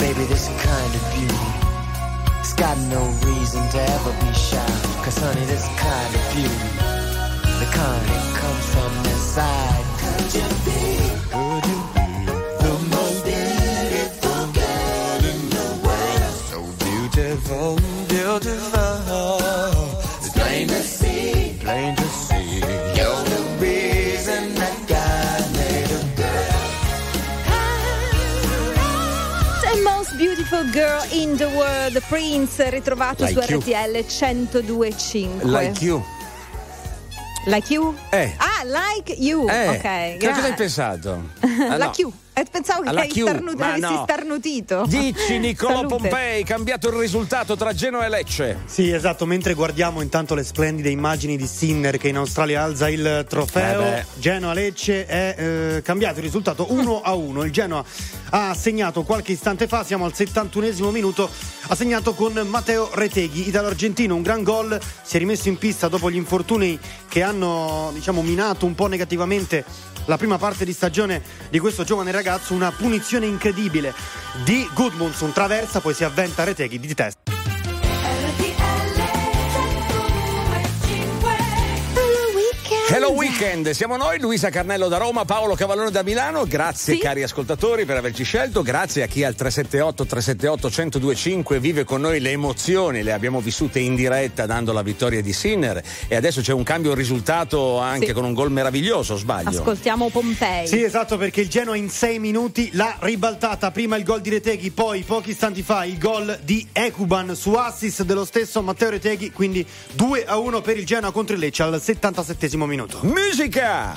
Baby, this kind of beauty, it's got no reason to ever be shy. Cause honey, this kind of beauty, the kind that comes from inside. Could you be, could you be the most beautiful girl in the world? So beautiful, beautiful. It's plain to see, plain to see. You're the reason that God made a girl. The most beautiful girl in the world, Prince, ritrovato Like su you. R T L centodue e cinque. Like you. Like you? Eh. Ah, like you. Eh, Ok, che grazie. cosa hai pensato? Ah, La no. Q. Eh, pensavo che Alla hai Q, starnut- ma avessi no. starnutito. Dici Niccolò Salute. Pompei, cambiato il risultato tra Genoa e Lecce. Sì, esatto, mentre guardiamo intanto le splendide immagini di Sinner che in Australia alza il trofeo, Eh beh. Genoa-Lecce è eh, cambiato il risultato uno a uno. Il Genoa ha segnato qualche istante fa, siamo al settantunesimo minuto, ha segnato con Matteo Reteghi, italo-argentino, un gran gol, si è rimesso in pista dopo gli infortuni che hanno, diciamo, minato un po' negativamente la prima parte di stagione di questo giovane ragazzo. Una punizione incredibile di Gudmundsson, traversa, poi si avventa Reteghi di testa. Hello Weekend, siamo noi, Luisa Carnello da Roma, Paolo Cavallone da Milano. Grazie Sì. cari ascoltatori per averci scelto, grazie a chi al tre sette otto tre sette otto uno zero due cinque vive con noi le emozioni, le abbiamo vissute in diretta dando la vittoria di Sinner e adesso c'è un cambio risultato anche Sì. con un gol meraviglioso, sbaglio? Ascoltiamo Pompei. Sì, esatto, perché il Genoa in sei minuti l'ha ribaltata. Prima il gol di Reteghi, poi pochi istanti fa il gol di Ekuban su assist dello stesso Matteo Reteghi, quindi due a uno per il Genoa contro il Lecce al settantasettesimo minuto. Musica!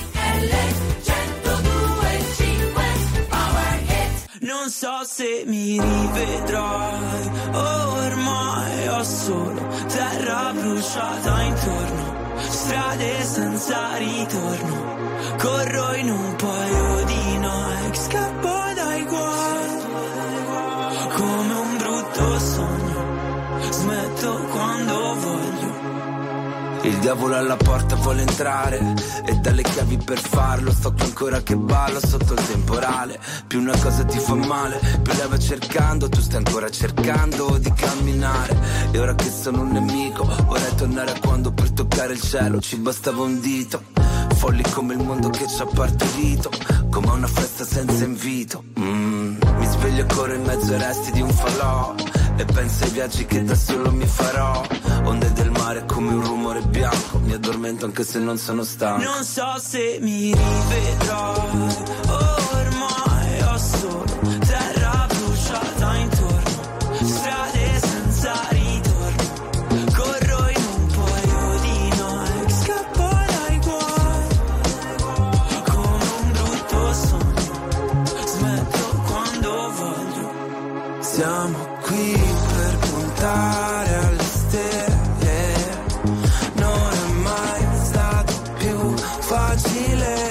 Non so se mi rivedrai, ormai ho solo terra bruciata intorno, strade senza ritorno, corro in un paio di Nike, scappo dai guai, come un brutto sogno, smetto quando voglio. Il diavolo alla porta vuole entrare e dalle chiavi per farlo. Sto qui ancora che ballo sotto il temporale. Più una cosa ti fa male, più la vai cercando. Tu stai ancora cercando di camminare. E ora che sono un nemico vorrei tornare a quando per toccare il cielo ci bastava un dito. Folli come il mondo che ci ha partorito, come una festa senza invito. mm, Mi sveglio e corro in mezzo ai resti di un falò e penso ai viaggi che da solo mi farò. Onde del mare come un rumore bianco, mi addormento anche se non sono stanco. Non so se mi rivedrai, ormai ho solo terra bruciata intorno, strade senza ritorno, corro in un paio di Nike, scappo dai guai, come un brutto sogno, smetto quando voglio. Siamo qui per puntare alle stelle, non è mai stato più facile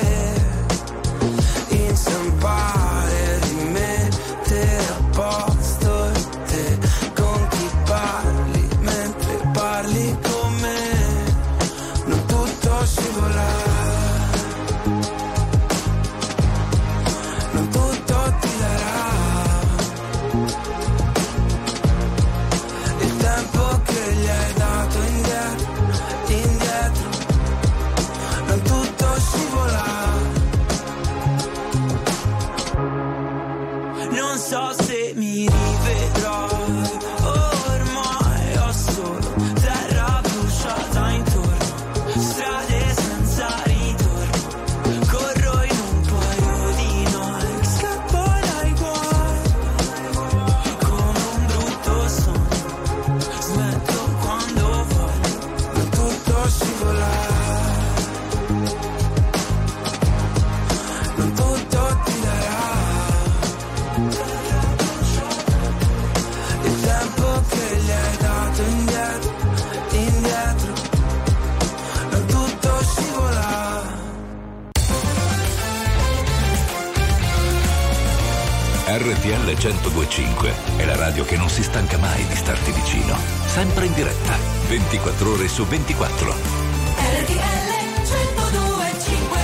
inciampare, rimettere a posto te con chi parli mentre parli con me, non tutto scivola, non tutto ti darà il tempo che gli hai dato indietro, indietro, non tutto scivola. Non so se mi rivedrai, ormai ho solo terra bruciata intorno, strade senza ritorno, corro in un paio di Nike, scappo dai guai, come un brutto sogno, smetto quando voglio, non tutto scivola, non tutto ti darà il tempo che gli hai dato indietro, indietro, non tutto scivola. R T L centodue e cinque è la radio che non si stanca mai di starti vicino, sempre in diretta, ventiquattro ore su ventiquattro. R T L centodue e cinque.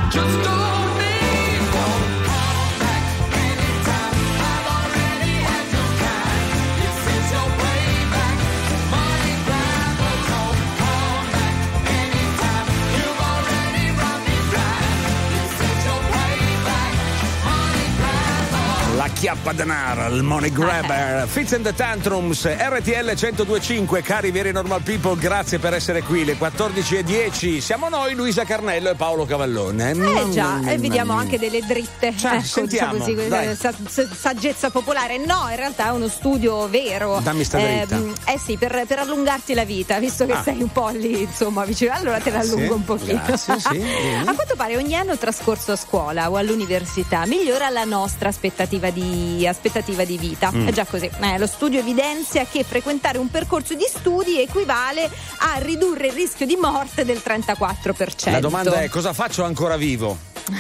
Just don't need one back anytime. I've already had your kind. This is your payback. Money grabber, don't come back anytime. You've already run me dry. This is your payback. Money grabber. La chiappa denaro, il money grabber. Fitz and the Tantrums, R T L centodue e cinque, cari veri normal people, grazie per essere qui. Le quattordici e dieci siamo noi, Luisa Carnello e Paolo Cavallone. Eh già, e vediamo anche delle dritte. Cioè, ecco, sentiamo, diciamo così, dai. sa- sa- saggezza popolare. No, in realtà è uno studio vero. Dammi sta dritta. eh, eh sì, per, per allungarti la vita, visto che Ah. sei un po' lì, insomma, vicino. Allora te la Grazie, allungo un pochino. grazie, sì, bene. A quanto pare ogni anno trascorso a scuola o all'università migliora la nostra aspettativa di, aspettativa di vita. Mm. È già così. Eh, lo studio evidenzia che frequentare un percorso di studi equivale a ridurre il rischio di morte del trentaquattro per cento. La domanda è: cosa faccio ancora vivo?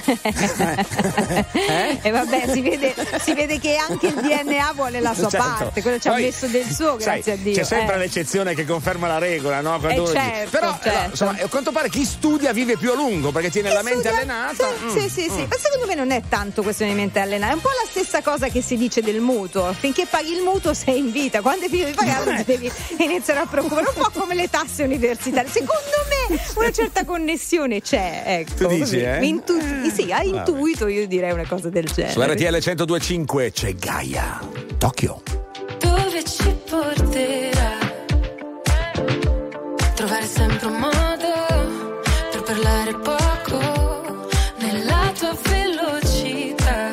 E eh, vabbè, si vede, si vede che anche il D N A vuole la sua Certo. parte, quello ci ha Poi, messo del suo, grazie sai, a Dio. C'è sempre eh. l'eccezione che conferma la regola, no? Quando Eh, uno dice- certo, Però eh, certo. no, insomma, a quanto pare chi studia vive più a lungo perché tiene la mente studia? allenata. Sì, Mm, sì, sì, sì. mm. Ma secondo me non è tanto questione di mente allenata, è un po' la stessa cosa che si dice del mutuo. Finché paghi il mutuo sei in vita, quando hai finito di pagarlo ti devi iniziare a preoccupare, un po' come le tasse universitarie. Secondo me una certa connessione c'è, ecco. Tu dici, così. eh? Intu- sì, a Vabbè. intuito io direi una cosa del genere. Su R T L centodue e cinque c'è Gaia, Tokyo. Dove ci porterà? Trovare sempre un modo per parlare poco nella tua velocità.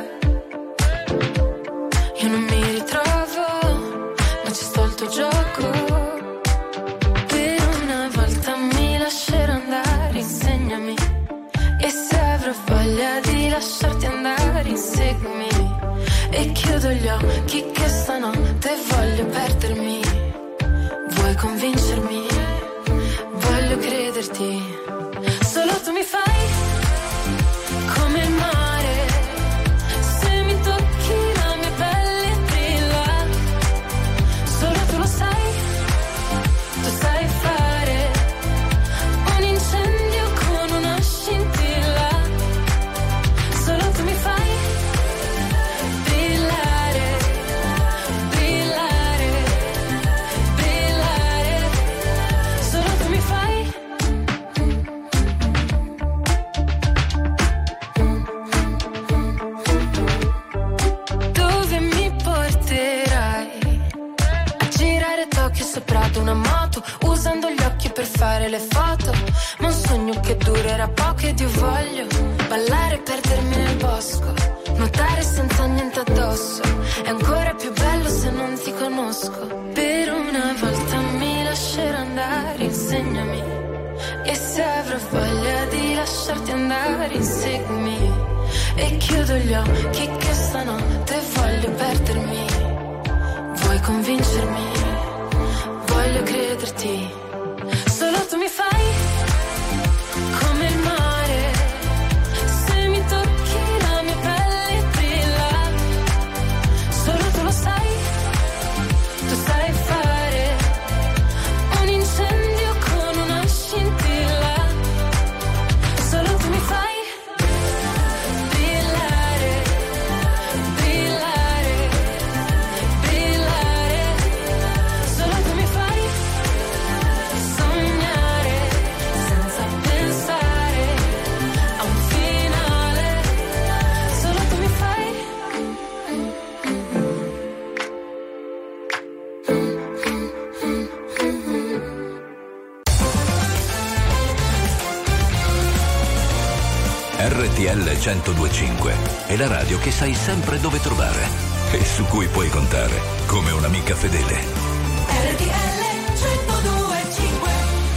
Io non mi ritrovo, ma ci sto il tuo gioco. Per una volta mi lascerò andare, insegnami. E se avrò voglia di lasciarti andare, inseguimi. E chiudo gli occhi che stanotte voglio perdermi. Vuoi convincermi? Voglio crederti. Solo tu mi fai come il mare. Se mi tocchi la mia pelle brilla. Solo tu lo sai. Tu sai fare un incendio con una scintilla. Solo tu mi fai brillare, brillare, brillare. Solo tu mi fai. Dove mi porterai? A girare Tokyo sopra ad una moto, usando gli occhi per fare le foto. Ma un sogno che durerà poco ed io voglio ballare e perdermi nel bosco, nuotare senza niente addosso. È ancora più bello se non ti conosco. Per una volta mi lascerò andare, insegnami. E se avrò voglia di lasciarti andare, inseguimi. E chiudo gli occhi che stanotte voglio perdermi. Vuoi convincermi? Voglio crederti. Solo tu mi fai come il mare. Se mi tocchi la mia pelle brilla. Solo tu lo sai. Tu sai fare un incendio con una scintilla. Solo tu mi fai brillare, brillare, brillare. Solo tu mi fai sognare senza pensare a un finale. Solo tu mi fai. R T L centodue e cinque è la radio che sai sempre dove trovare e su cui puoi contare come un'amica fedele. R T L centodue e cinque.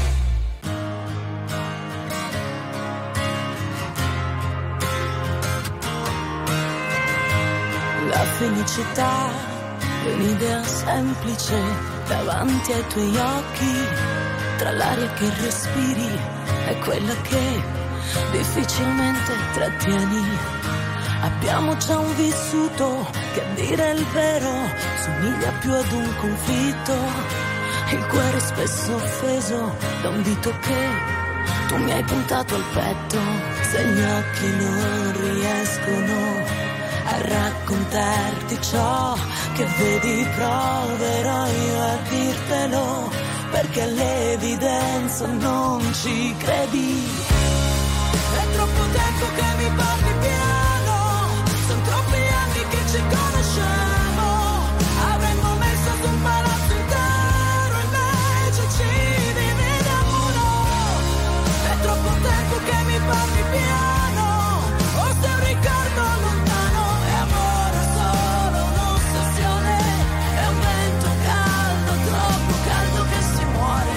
La felicità è un'idea semplice davanti ai tuoi occhi, tra l'aria che respiri e quella che difficilmente trattieni. Abbiamo già un vissuto che, a dire il vero, somiglia più ad un conflitto. Il cuore spesso offeso da un dito che tu mi hai puntato al petto. Se gli occhi non riescono a raccontarti ciò che vedi, proverò io a dirtelo, perché all'evidenza non ci credi. È troppo tempo che mi parli piano, sono troppi anni che ci conosciamo, avremmo messo su un palazzo intero, invece ci dividiamo no. È troppo tempo che mi parli piano, o se un ricordo lontano, è amore solo un'ossessione, è un vento caldo, troppo caldo che si muore,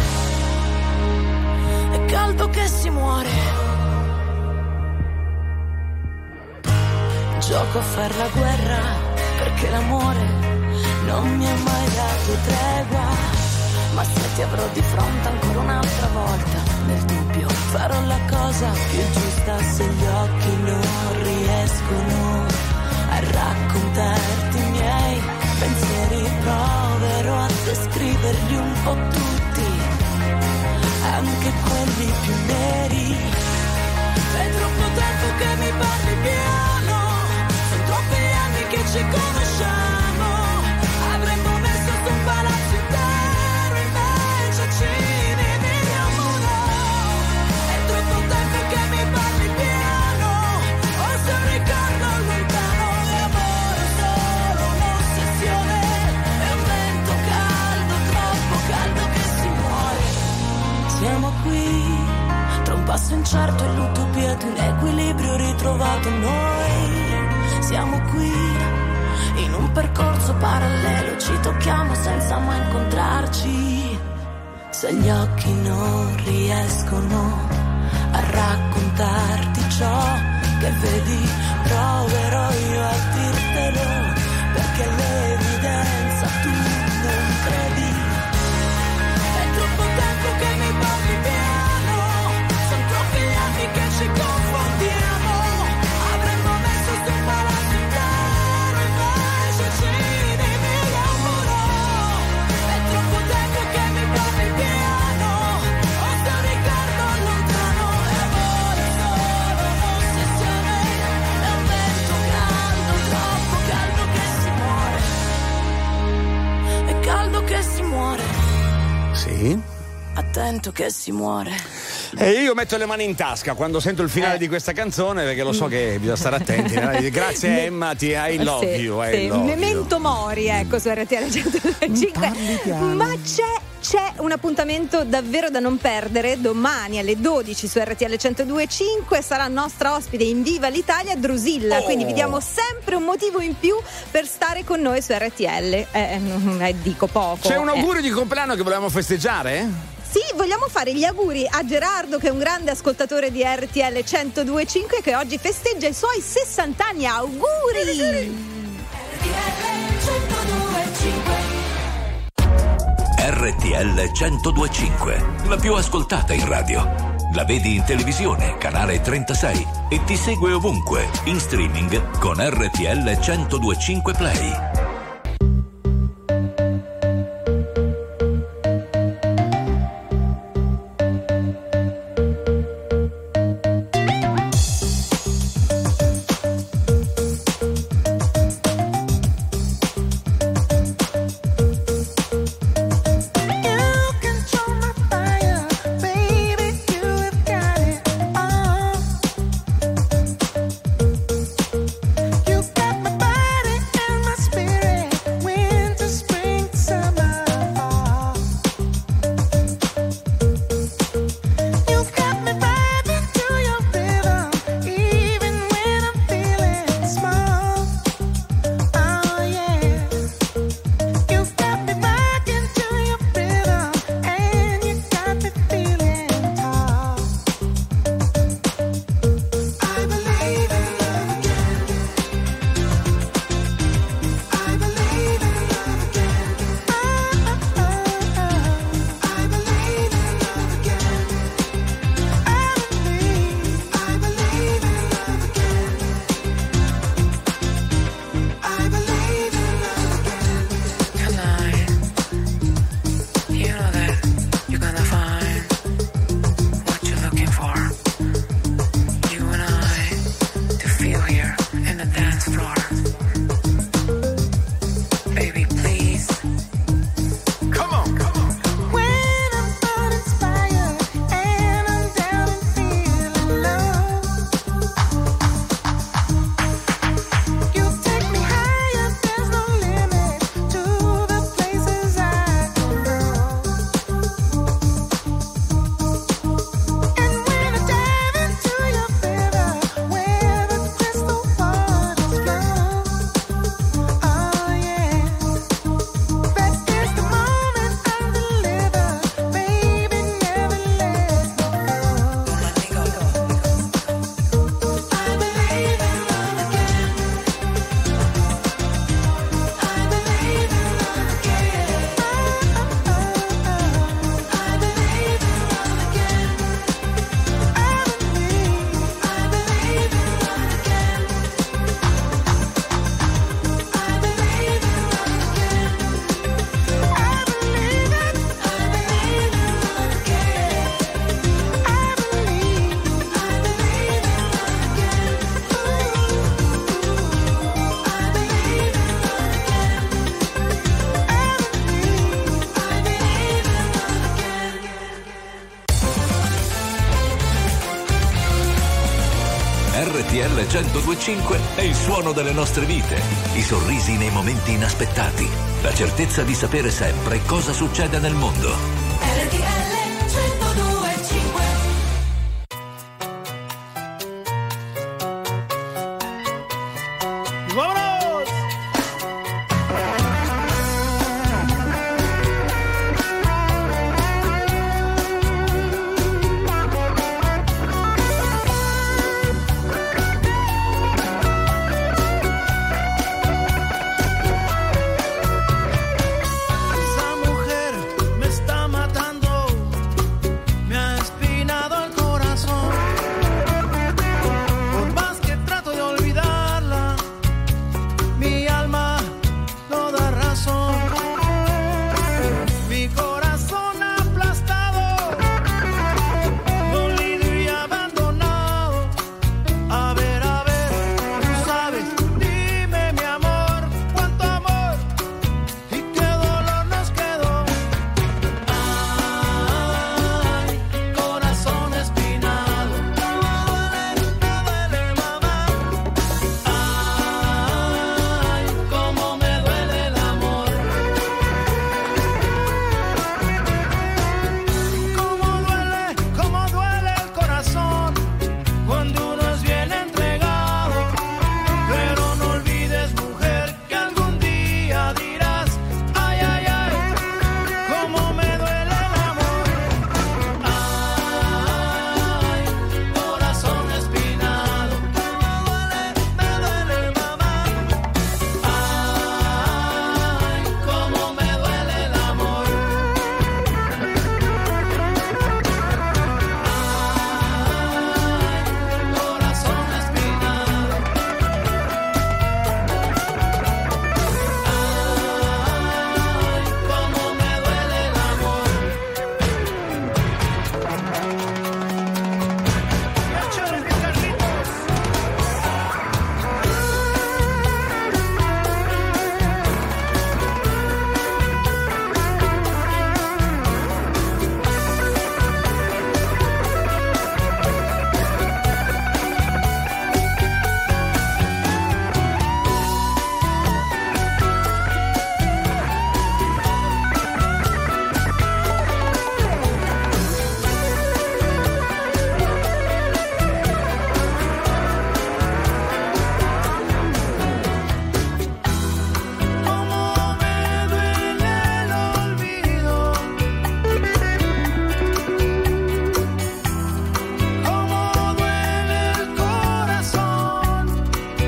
è caldo che si muore. Gioco a far la guerra perché l'amore non mi ha mai dato tregua, ma se ti avrò di fronte ancora un'altra volta, nel dubbio farò la cosa più giusta. Se gli occhi non riescono a raccontarti i miei pensieri, proverò a descriverli un po' tutti, anche quelli più neri. È troppo tempo che mi parli piano, sono troppi anni che ci conosciamo, avremmo messo su un palazzo intero, invece ci dividiamo no. È troppo tempo che mi parli piano, o se un ricordo lontano, è amore solo un'ossessione, è un vento caldo, troppo caldo che si muore. Siamo qui tra un passo incerto e l'utopia di un equilibrio ritrovato. Noi siamo qui in un percorso parallelo, ci tocchiamo senza mai incontrarci. Se gli occhi non riescono a raccontarti ciò che vedi, proverò io a dirtelo, perché l'evidenza tu non credi. È troppo tempo che mi parli piano, sono troppi anni che ci confondiamo, avremmo messo su un palazzo intero, invece ci dividiamo no. È troppo tempo che mi parli piano, o se un ricordo lontano, è amore solo un'ossessione, è un vento caldo, troppo caldo che si muore, è caldo che si muore. Sì? Attento che si muore. E io metto le mani in tasca quando sento il finale Eh. di questa canzone, perché lo so che bisogna stare attenti. Grazie Emma, ti I love Sì, you, I sì. love Memento mori, ecco, su R T L centodue e cinque. Ma c'è C'è un appuntamento davvero da non perdere. Domani alle dodici su R T L centodue e cinque sarà nostra ospite in Viva l'Italia Drusilla, Oh. quindi vi diamo sempre un motivo in più per stare con noi su R T L. Eh, eh, dico poco. C'è un eh. augurio di compleanno che volevamo festeggiare? Sì, vogliamo fare gli auguri a Gerardo, che è un grande ascoltatore di R T L centodue e cinque, che oggi festeggia i suoi sessanta anni. Auguri! R T L centodue e cinque, la più ascoltata in radio. La vedi in televisione, canale trentasei, e ti segue ovunque, in streaming con R T L centodue e cinque Play. Spirit R T L centodue e cinque è il suono delle nostre vite, i sorrisi nei momenti inaspettati, la certezza di sapere sempre cosa succede nel mondo. R T L centodue e cinque. ¡Vámonos! Esa mujer me está matando, me ha espinado el corazón. Por más que trato de olvidarla, mi alma no da razón. Mi corazón aplastado, dolido y abandonado. A ver, a ver, tú sabes, dime mi amor, cuánto amor y qué dolor nos quedó. Ay, corazón espinado, cómo duele, me duele, mamá. Ay, cómo me duele el amor. Cómo duele, cómo duele el corazón cuando uno es bien entregado. Pero no olvides, mujer, que algún día dirás: ay, ay, ay, cómo me duele el amor. Ay, corazón espinado, cómo duele, me duele, mamá. Ay, cómo me duele el amor. Ay, corazón espinado. Ay, cómo me duele el amor. Échale, mi Carlitos. Cómo me duele el olvido. Cómo duele el corazón.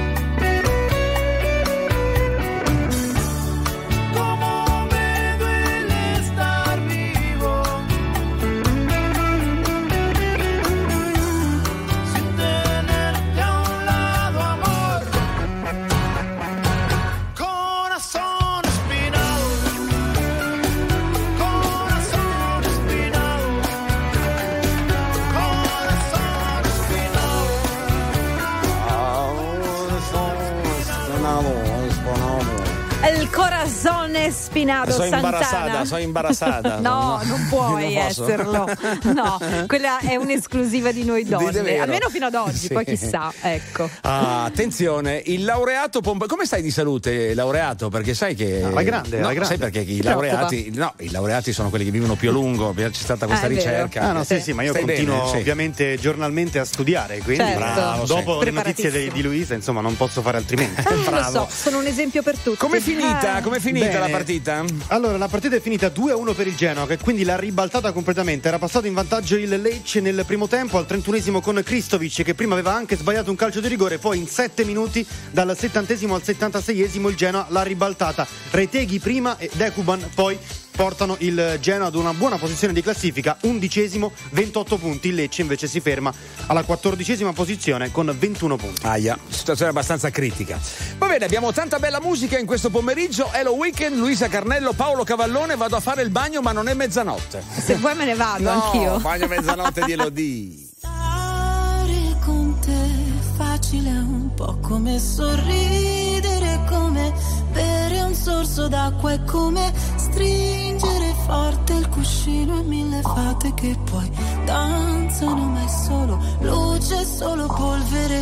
Cómo me duele estar vivo sin tenerte a un lado, amor. Corazón espinado, corazón espinado, corazón Il corazón espinato, Sono Santana. imbarazzata, sono imbarazzata. No, non puoi Non posso. esserlo. No, quella è un'esclusiva di noi donne. vero. Almeno fino ad oggi, Sì. poi chissà, ecco. Ah, attenzione, il laureato Pompa- come stai di salute, laureato? Perché sai che Alla grande, no, alla grande. sai perché i Preoccupa. laureati no, i laureati sono quelli che vivono più a lungo, c'è stata questa Ah, è vero. ricerca. Ah, no, sì, sì, ma io Stai continuo bene? Sì. ovviamente giornalmente a studiare, quindi Certo. Bravo, dopo sì. le notizie di, di Luisa, insomma, non posso fare altrimenti. Eh, lo so, sono un esempio per tutti. Com'è finita? Eh. Com'è finita Bene. la partita? Allora, la partita è finita due a uno per il Genoa, che quindi l'ha ribaltata completamente. Era passato in vantaggio il Lecce nel primo tempo, al trentunesimo con Kristovic, che prima aveva anche sbagliato un calcio di rigore. Poi in sette minuti, dal settantesimo al settantaseiesimo, il Genoa l'ha ribaltata. Reteghi prima e Dekuban poi portano il Genoa ad una buona posizione di classifica, undicesimo, ventotto punti. Il Lecce invece si ferma alla quattordicesima posizione con ventuno punti. Aia, situazione abbastanza critica. Va bene, abbiamo tanta bella musica in questo pomeriggio. Hello Weekend, Luisa Carnello, Paolo Cavallone. Vado a fare il bagno, ma non è mezzanotte. Se vuoi me ne vado No, anch'io. bagno mezzanotte di Elodie. Stare con te facile è un po' come sorridere, come bere un sorso d'acqua, è come stringere forte il cuscino e mille fate che poi danzano, ma è solo luce, è solo polvere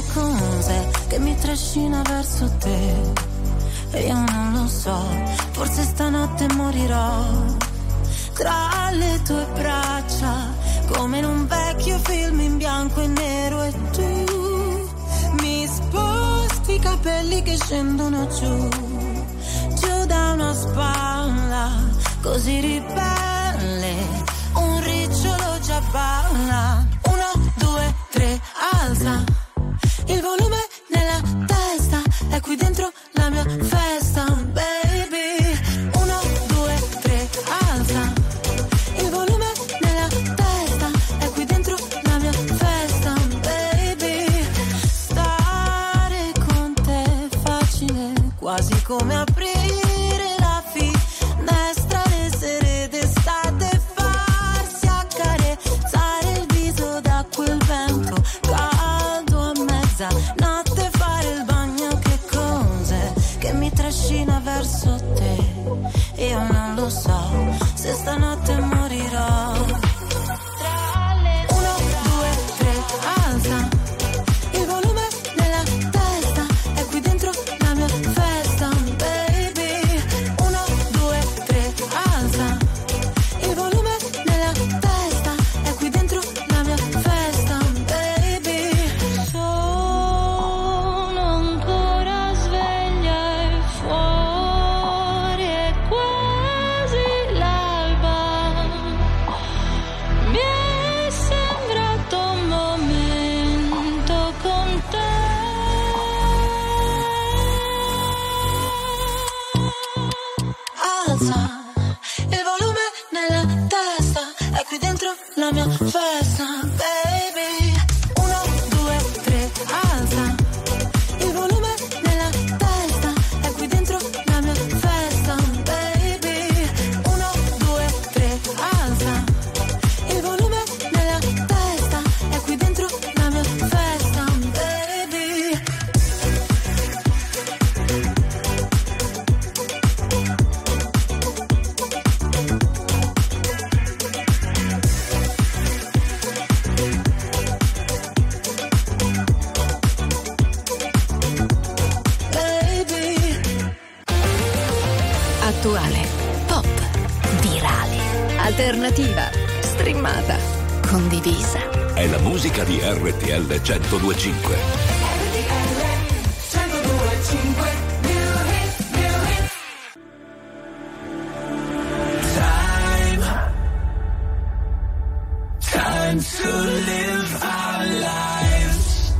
che cos'è che mi trascina verso te. E io non lo so, forse stanotte morirò tra le tue braccia, come in un vecchio film in bianco e nero. E tu mi sposti i capelli che scendono giù, giù da una spalla, così ribelle, un ricciolo già balla. Uno, due, tre, alza il volume nella testa, è qui dentro la mia festa, baby. Uno, due, tre, alza il volume nella testa, è qui dentro la mia festa, baby. Stare con te è facile, quasi come aprire la finestra le sere d'estate, farsi accarezzare il viso da quel vento caldo a mezzanotte, fare il bagno. Che cos'è che mi trascina verso te? Io non lo so se stanotte morirò. Uno, due, tre, alza il volume nella testa, è qui dentro la mia festa, baby. Uno, due, tre, alza il volume nella testa, è qui dentro la mia festa, baby. Sono ancora sveglia e fuori è quasi l'alba. Mi è sembrato un momento con te. Alza il volume nella testa, è qui dentro la mia festa, baby. Uno, due, tre, alza il volume nella testa, è qui dentro la mia festa, baby. Uno, due, tre, alza il volume nella testa, è qui dentro la mia festa, baby. Attuale, pop, virale, alternativa, streamata, condivisa. È la musica di R T L centodue e cinque. Time, time to live our lives,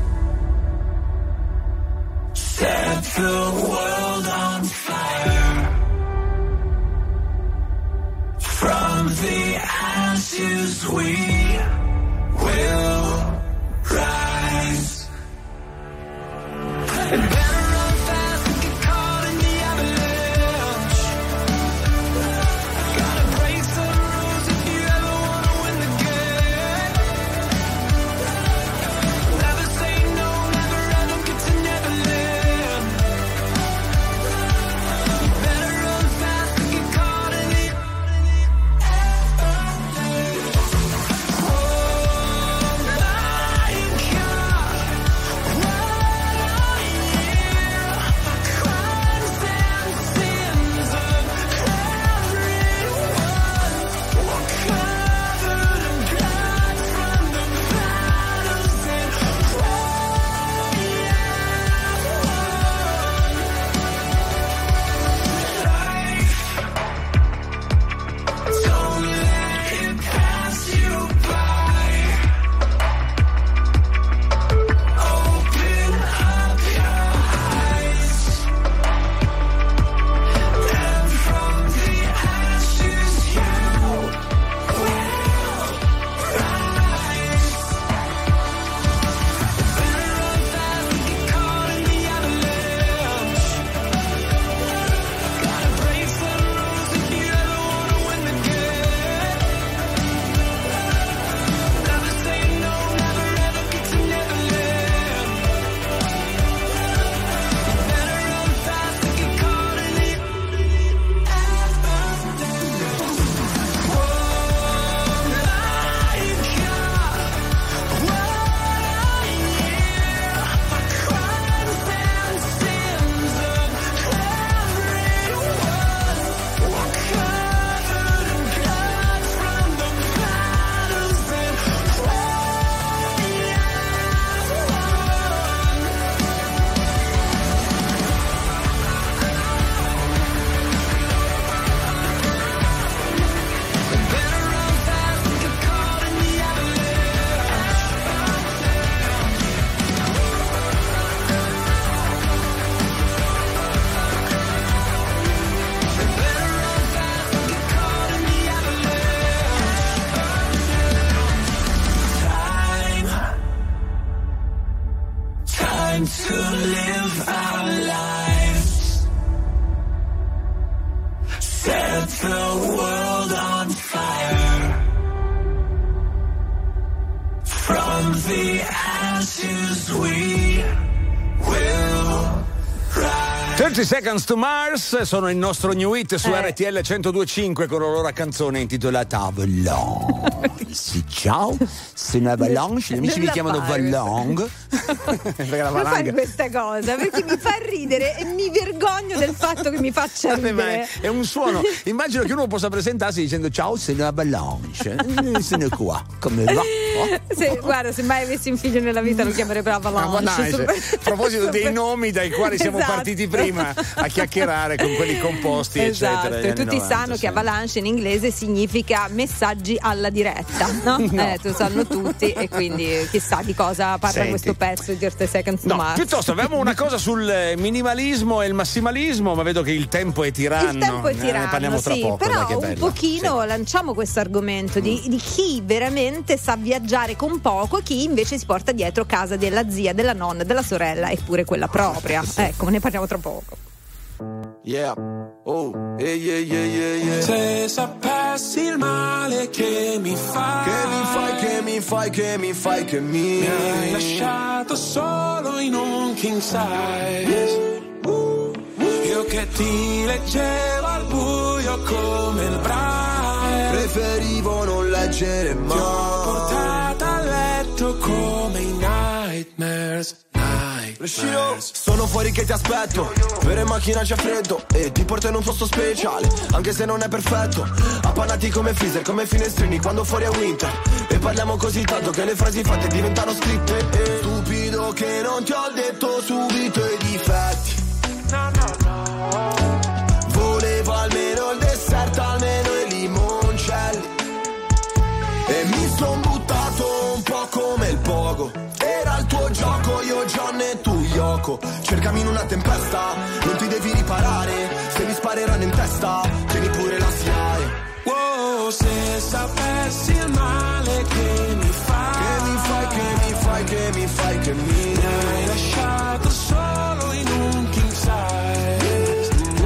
set the world on fire. From the ashes we will rise. And better run fast and get caught in the avalanche. Gotta break some rules if you ever wanna win the game. Never say no, never ever get to Neverland. Better run fast and get caught in the avalanche. time to live our lives. Set the world on fire. From the ashes we will rise. thirty Seconds to Mars sono il nostro new hit su Eh. R T L centodue e cinque con la loro canzone intitolata Avalanche. Ciao, sono Avalanche, gli amici mi Non la chiamano fare Valong. Perché la Come fai valanga questa cosa? Perché mi fa ridere e mi vergogno del fatto che mi faccia Vabbè, ma è, ridere. è un suono. Immagino che uno possa presentarsi dicendo ciao, sono Avalanche. Eh, Sono qua. Come va? Oh. Se, guarda, se mai avessi un figlio nella vita lo chiamerebbe Avalanche. Avalanche. Super- A proposito dei nomi dai quali siamo Esatto. partiti prima a chiacchierare con quelli composti, Esatto, eccetera. e negli anni tutti novanta, sanno sì. che avalanche in inglese significa messaggi alla diretta, no? No. Eh, lo sanno tutti e quindi chissà di cosa parla Senti. questo pezzo di thirty Seconds to No, Mars. piuttosto avevamo una cosa sul eh, minimalismo e il massimalismo, ma vedo che il tempo è tiranno. Il tempo è Eh, tiranno, ne parliamo tra sì, poco, però dai, che un bello. pochino lanciamo questo argomento di, di chi veramente sa viaggiare con poco e chi invece si porta dietro casa della zia, della nonna, della sorella e pure quella propria. Ecco, ne parliamo tra poco. Yeah, oh, yeah, yeah, yeah, yeah, yeah. Se sapessi il male che mi fai, Che mi fai, che mi fai, che mi fai, che mi mi hai lasciato solo in un king size. Io che ti leggevo al buio come il braille. Preferivo non leggere mai. Ti ho portata a letto come i nightmares. Nightmares. Sono fuori che ti aspetto. Per in macchina c'è freddo e ti porto in un posto speciale, anche se non è perfetto. Appannati come freezer, come finestrini quando fuori è winter. E parliamo così tanto che le frasi fatte diventano scritte. E stupido che non ti ho detto subito i difetti. No, no, no. Volevo almeno il dessert, almeno i limoncelli. E mi son buttato un po' come il pogo. Era il tuo gioco, io John e tu Yoko. Cercami in una tempesta, non ti devi riparare. Se mi spareranno in testa, tieni pure la S I A E. Wow, se sapessi il male che mi fai, Che mi fai, che mi fai, che mi fai, che mi mi hai lasciato solo in un king size.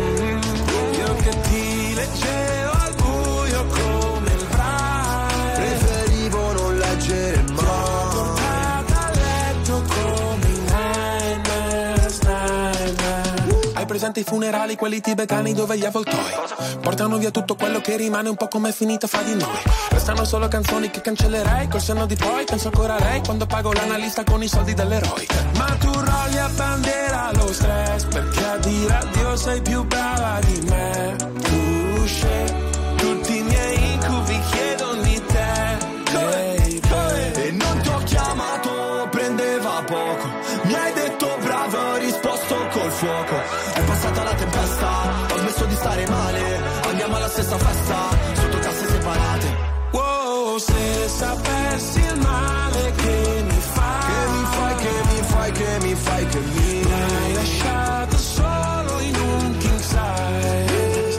Io che ti leggevo al buio come il braille. Preferivo non leggere mai. Portata a letto come i nightmares, nightmares. Hai presente i funerali, quelli tibetani dove gli avvoltoi portano via tutto quello che rimane, un po' come è finita fra di noi. Restano solo canzoni che cancellerei, col senno di poi penso ancora a lei quando pago l'analista con i soldi dell'eroe. Ma tu rolli a bandiera lo stress, perché a dire addio sei più brava di me. Tu scegli tutti i miei incubi, chiedono di te, baby. E non ti ho chiamato, prendeva poco. Mi hai detto bravo, ho risposto col fuoco. È passata la tempesta, ho smesso di stare male. Andiamo alla stessa festa, sotto casse separate. Wow, se sapessi il male che mi fai, Che mi fai, che mi fai, che mi fai, che mi mi hai lasciato solo in un king size.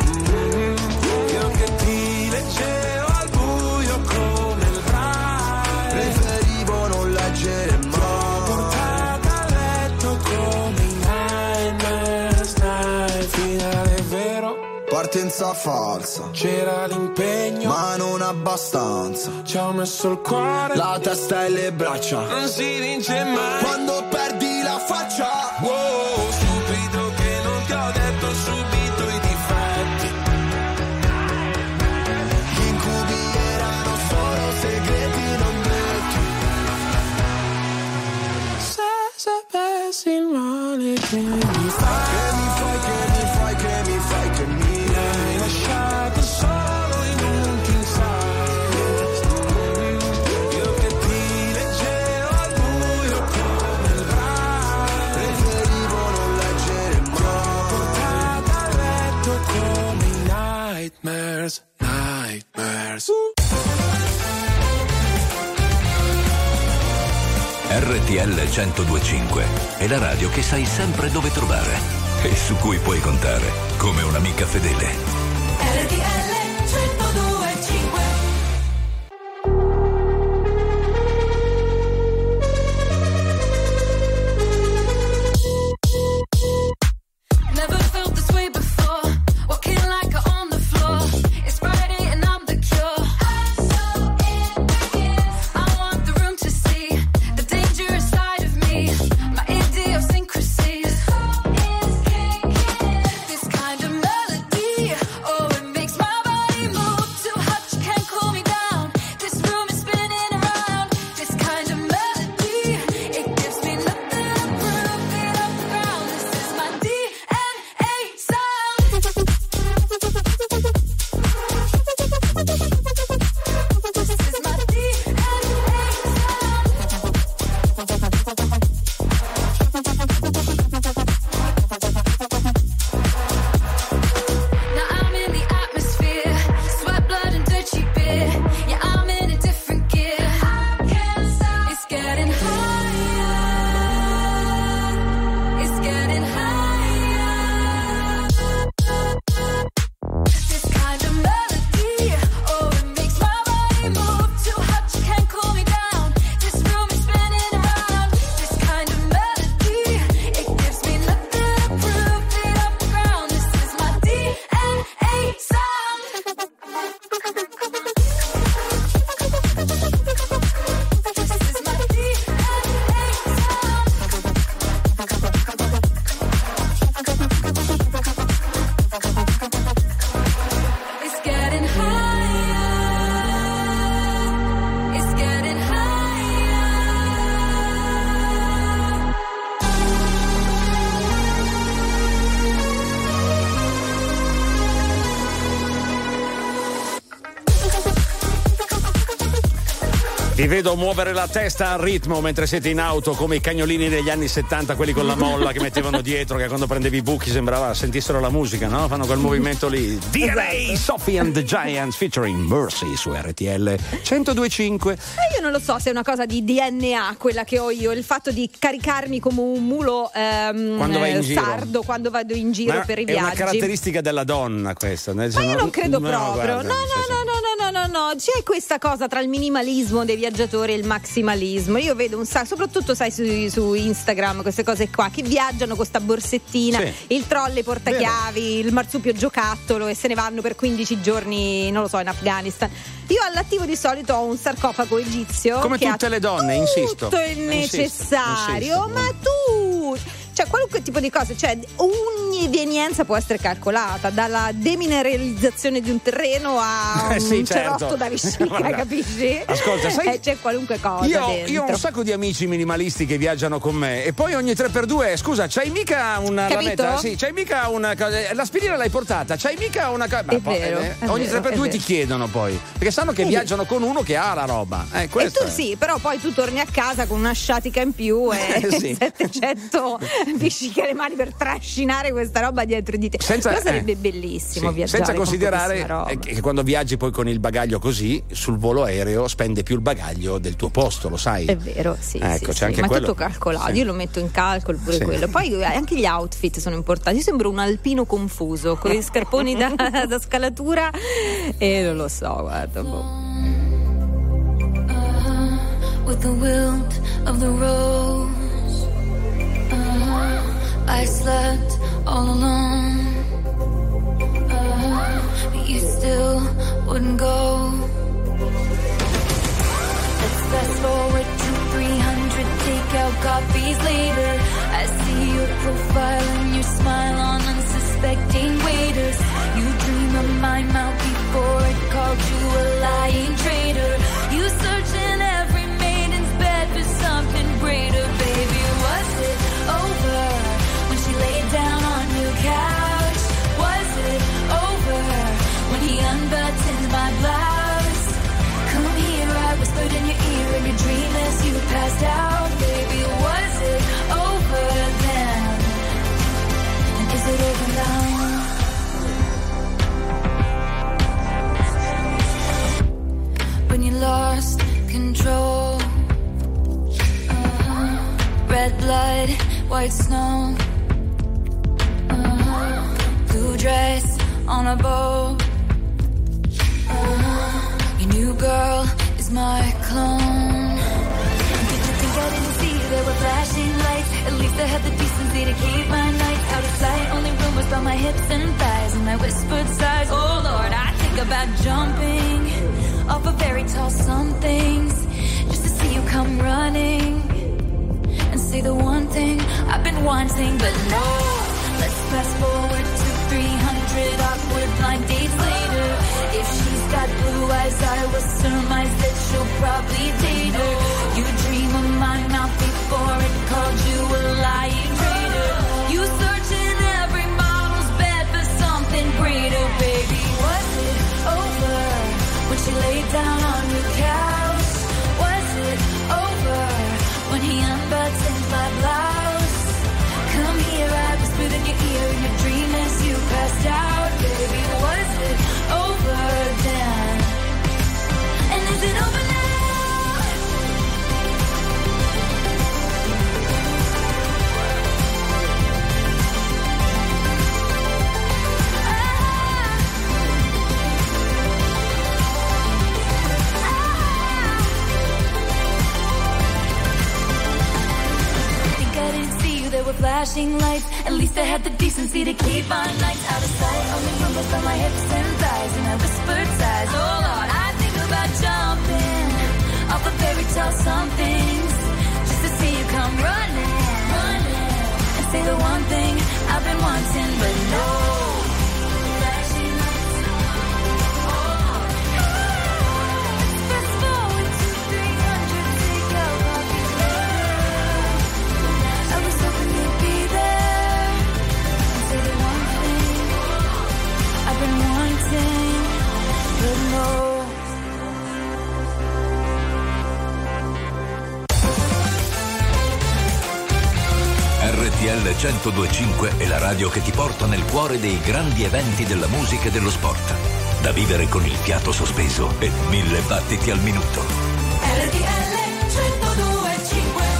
Io che ti leggevo al buio come il braille. preferivo non leggere mai. Portata a letto come i nightmares, night. Finale vero, Partenza falsa, c'era l'impegno, ma non abbastanza. ci ho messo il cuore, La testa e le braccia, non si vince mai. quando perdi la faccia. Wow, stupido che non ti ho detto subito i difetti. Gli incubi erano solo segreti non detti. Se sapessi il male che mi fai, Che mi fai, che mi fai, che mi fai, che mi mi hai lasciato solo in un king size. Io che ti leggevo al buio come il braille. preferivo non leggere mai. Portata a letto come i nightmares, nightmares. R T L centodue e cinque è la radio che sai sempre dove trovare e su cui puoi contare come un'amica fedele. R T L centodue e cinque. Vi vedo muovere la testa al ritmo mentre siete in auto come i cagnolini degli anni settanta, quelli con la molla che mettevano dietro, che quando prendevi i buchi sembrava sentissero la musica, no? Fanno quel movimento lì. D N A, esatto. Sophie and the Giants featuring Mercy su R T L centodue e cinque. Eh, io non lo so se è una cosa di D N A quella che ho io, il fatto di caricarmi come un mulo ehm, quando vai in giro. sardo quando vado in giro Ma per i è viaggi. una caratteristica della donna questa. Ma io non credo no, proprio. guarda, no, no, no, no, no, no, no, c'è questa cosa tra il minimalismo dei viaggiatori e il maximalismo. Io vedo un sacco, soprattutto sai su, su Instagram, queste cose qua, che viaggiano con sta borsettina, sì. il trolley portachiavi, Vero. il marsupio giocattolo e se ne vanno per quindici giorni, non lo so, in Afghanistan. Io all'attivo di solito ho un sarcofago egizio come che tutte ha le donne, tutto insisto. il necessario, insisto, insisto. ma tu cioè qualunque tipo di cose, cioè ogni evenienza può essere calcolata, dalla demineralizzazione di un terreno a eh sì, un certo. cerotto da vescica, capisci? Ascolta, sai, eh, c'è qualunque cosa io, dentro. io ho un sacco di amici minimalisti che viaggiano con me e poi ogni tre per due, scusa, c'hai mica una Capito? lametta? Sì, c'hai mica una cosa, l'aspirina l'hai portata, c'hai mica una cosa, È vero, eh, è ogni vero, tre per è due vero. ti chiedono poi, perché sanno che Sì. viaggiano con uno che ha la roba. Eh, E questo tu è. sì, però poi tu torni a casa con una sciatica in più e Eh, sì. settecento vesciche alle mani per trascinare questa roba dietro di te. Senza- Però sarebbe eh, bellissimo Sì, viaggiare senza con considerare pochissima roba. eh, che quando viaggi poi con il bagaglio così, sul volo aereo spende più il bagaglio del tuo posto, lo sai? È vero, sì, Ecco, sì, c'è sì, anche ma è quello. tutto calcolato, Sì. io lo metto in calcolo pure Sì. quello. Poi eh, anche gli outfit sono importanti. Io sembro un alpino confuso con gli scarponi da, da scalatura e non lo so, guarda. Boh. With the wilt of the rose, uh, I slept all alone, uh, but you still wouldn't go. Let's fast forward to three hundred takeout copies later. I see your profile and your smile on unsuspecting waiters. You dream of my mouth before it called you a lying traitor. You search in every maiden's bed for something greater, baby. Was it over when she laid down on your couch? Was it over when he unbuttoned my blouse? Come here, I whispered in your ear in your dream as you passed out, baby. Was it over then? And is it over now? When you lost control, uh-huh. Red blood, white snow, uh-huh. Blue dress on a boat, uh-huh. Your new girl is my clone. Did you think I didn't see there were flashing lights? At least I had the decency to keep my nights out of sight. Only rumors about my hips and thighs and my whispered sighs. Oh Lord, I think about jumping off a very tall somethings just to see you come running and say the one thing I've been wanting, but no. Let's fast forward to three hundred awkward blind dates later. If she's got blue eyes, I will surmise that she'll probably date her. You dream of my mouth before it called you a lying traitor. You search in every model's bed for something greater, baby. Was it over when she laid down on your couch? Was it over when he unbuttoned my blouse? Come here, I whispered in your ear in your dream as you passed out, baby. Was it over then? And is it over now? I didn't see you, there were flashing lights. At least I had the decency to keep my nights out of sight. Only rumors about my hips and thighs and I whispered sighs. Oh Lord, I think about jumping off a fairy tale somethings just to see you come running, running and say the one thing I've been wanting, but no. Flashing lights. Oh. Fast forward to three hundred takeout copies later. I was hoping you'd be there and say the one thing I've been wanting, but no. R T L centodue e cinque è la radio che ti porta nel cuore dei grandi eventi della musica e dello sport. Da vivere con il fiato sospeso e mille battiti al minuto. R T L centodue e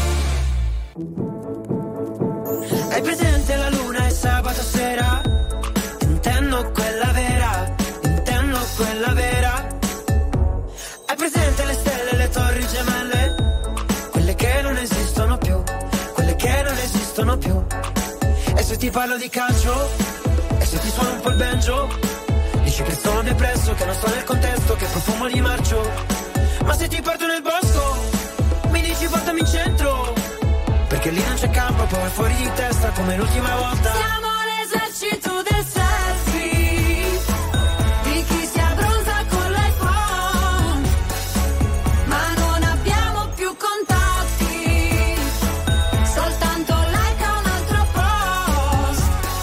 cinque. Hai presente la luna e sabato sera? Intendo quella vera, intendo quella vera. Hai presente le stelle e le torri gemelle? Quelle che non esistono più, quelle che non esistono più. E se ti parlo di calcio? E se ti suono un po' il banjo? Dici che sono depresso, che non sto nel contesto, che profumo di marcio. Ma se ti porto nel bosco, mi dici portami in centro. Perché lì non c'è campo, poi vai fuori di testa come l'ultima volta. Siamo l'esercito del selfie, di chi si abbronza con l'iPhone, ma non abbiamo più contatti, soltanto like a un altro post.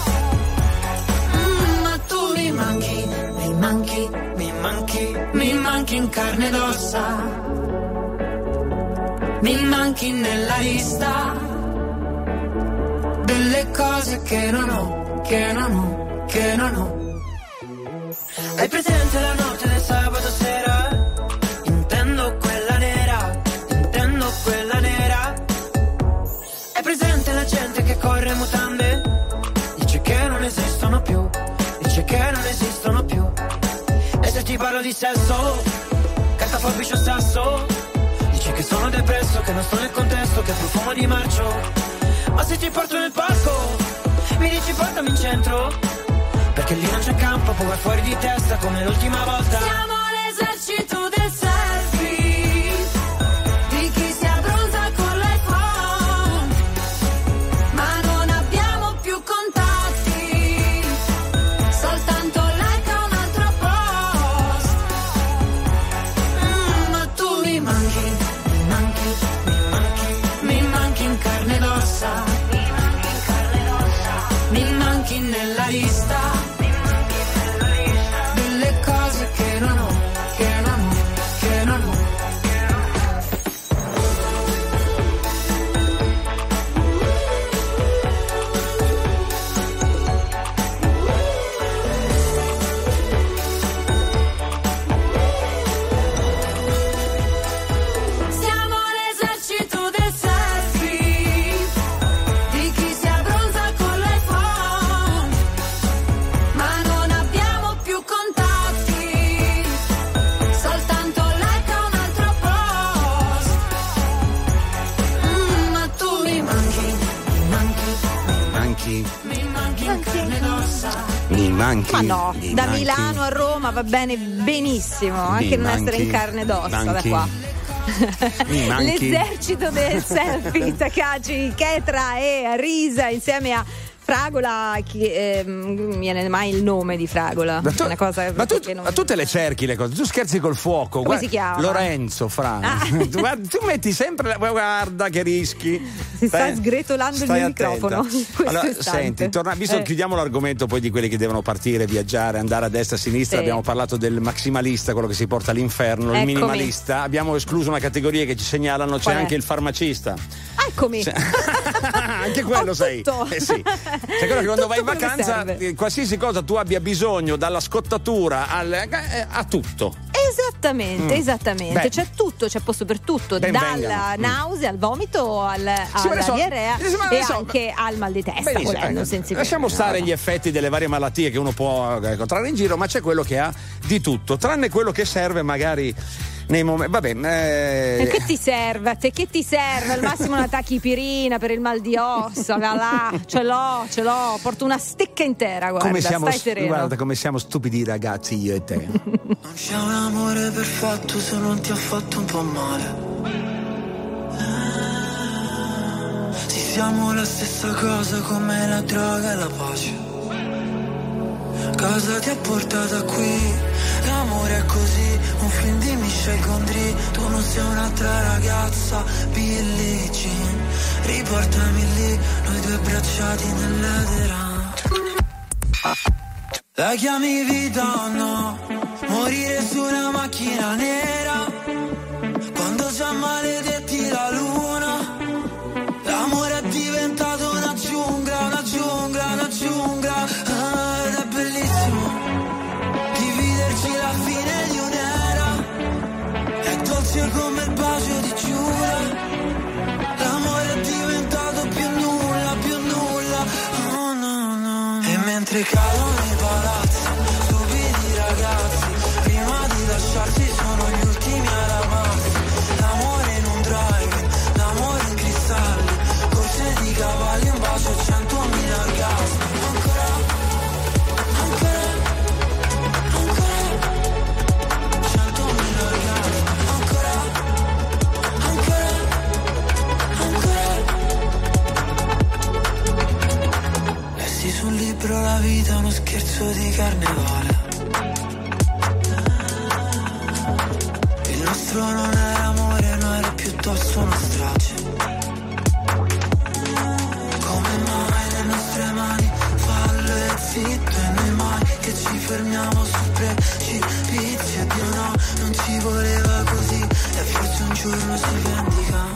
Mm, ma tu mi manchi, mi manchi, mi manchi, mi manchi in carne ed ossa. Mi manchi nella lista delle cose che non ho, che non ho, che non ho. Hai presente la notte del sabato sera? Intendo quella nera, intendo quella nera. Hai presente la gente che corre in mutande? Dice che non esistono più, dice che non esistono più. E se ti parlo di sesso, catafobici o sasso? Dici che sono depresso, che non sto nel contesto, che profumo di marcio. Ma se ti porto nel parco, mi dici portami in centro. Perché lì non c'è campo, poi vai fuori di testa come l'ultima volta. Siamo l'esercito del selfie, di chi si abbronza con l'iPhone, ma non abbiamo più contatti, soltanto like a un altro post. Mm, ma tu mi manchi, mi manchi, mi manchi, mi manchi in carne ed ossa, mi manchi in carne ed ossa, mi manchi nella lista delle cose che non ho, che non ho, che non ho. Siamo l'esercito del selfie, di chi si abbronza con l'iPhone, ma non abbiamo più contatti, soltanto like a un altro post. Mm, ma tu mi manchi, mi manchi, Manchi, mi manchi in carne ed ossa. mi manchi. Ma no, mi da manchi. Milano a Roma va bene benissimo, anche non essere in carne ed ossa da manchi. qua. Mi manchi. L'esercito del selfie, Takashi, Ketra e Risa insieme a Fragola, chi, eh, non mi viene mai il nome di Fragola. Ma tu, È una cosa ma tu, che non... ma tu te le cerchi le cose, tu scherzi col fuoco. Come Guarda, si chiama? Lorenzo, Fra. Ah. Tu, guarda, tu metti sempre la, guarda che rischi. Si sta Stai- sgretolando il stai mio attenta. microfono in questo Allora, istante. senti, torna, visto Eh. chiudiamo l'argomento poi di quelli che devono partire, viaggiare, andare a destra, a sinistra. Sì. Abbiamo parlato del maximalista, quello che si porta all'inferno, il Eccomi. minimalista. Abbiamo escluso una categoria che ci segnalano, c'è Qual è? anche il farmacista. Eccomi. Anche quello sei. tutto. Eh sì. Cioè, quello che quando Tutto vai in quello che vacanza, serve. eh, qualsiasi cosa tu abbia bisogno, dalla scottatura al, eh, a tutto. Esattamente, Mm. esattamente. Beh. C'è tutto, c'è posto per tutto, Ben dalla vengano. Mm. nausea al vomito al, Sì, ma alla ne so- diarrea eh, sì, ma e ne so- anche al mal di testa, Benissimo, volendo, ecco. senza Lasciamo stare gli effetti delle varie malattie che uno può eh, contrarre in giro, ma c'è quello che ha di tutto, tranne quello che serve magari nei momenti. Vabbè, eh, E che ti serve? A te che ti serve? Al massimo una tachipirina per il mal di ossa, va là, ce l'ho, ce l'ho, porto una stecca intera, guarda, come siamo, stai sereno. guarda come siamo stupidi ragazzi io e te. Non c'è un amore perfetto se non ti ha fatto un po' male. Sì, siamo la stessa cosa come la droga e la pace. Cosa ti ha portata qui? L'amore è così, un film di Michel Gondry. Tu non sei un'altra ragazza, Billie Jean. Riportami lì, noi due abbracciati nell'edera. La chiami vita o no? Morire su una macchina nera, quando già maledetti la luna. L'amore è diventato una mentre cado nei palazzi, stupidi ragazzi, prima di lasciarsi sono gli ultimi ad amarsi. L'amore in un drive, l'amore in cristalli, corse di cavalli, un bacio, centomila orgasmi. Ancora, ancora, ancora, centomila orgasmi. Ancora, ancora, ancora. Lessi sul libro La vita è uno scherzo di carnevale. Il nostro non era amore, no, era piuttosto una strage. Come mai le nostre mani fallo e zitto e noi mai che ci fermiamo sul precipizio. E Dio no, non ci voleva così e forse un giorno si vendica.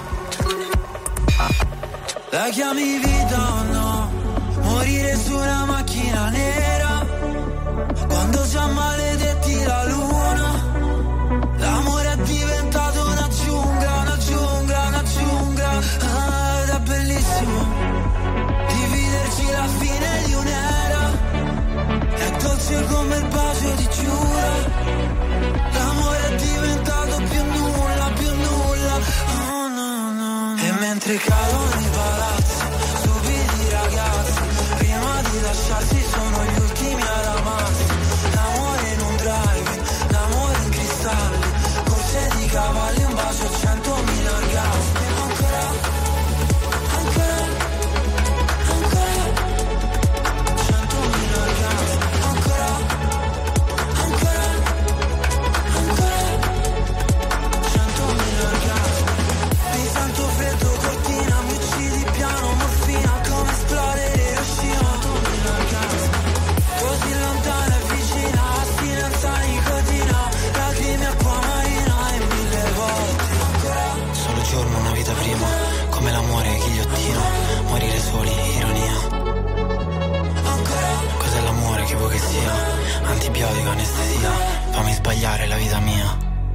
La chiami vita o no? Morire su una macchina nera quando già maledetti la luna. L'amore è diventato una giungla, una giungla, una giungla. Ah, ed è bellissimo dividerci la fine di un'era. È dolce come il bacio di Giura. L'amore è diventato più nulla, più nulla. Oh no, no, no. E mentre cado nei palazzi, stupidi ragazzi, prima di lasciarsi sono gli ultimi ad amarsi. L'amore in un drive, l'amore in cristalli, corse di cavalli, un bacio, centomila orgasmi. Ancora, ancora, ancora, centomila orgasmi. Ancora, ancora, ancora, centomila orgasmi. Mi sento freddo, cortina, mi uccidi piano, morfina, come esplodere Hiroshima. Centomila orgasmi. Così lontana e vicina, astinenza, nicotina, lacrime, acqua marina e mille volte. Ancora, solo giorno, una vita prima, come l'amore, ghigliottina, morire soli, ironia. Ancora, cos'è l'amore, che vuoi che sia? Antibiotico, anestesia, fammi sbagliare la vita mia.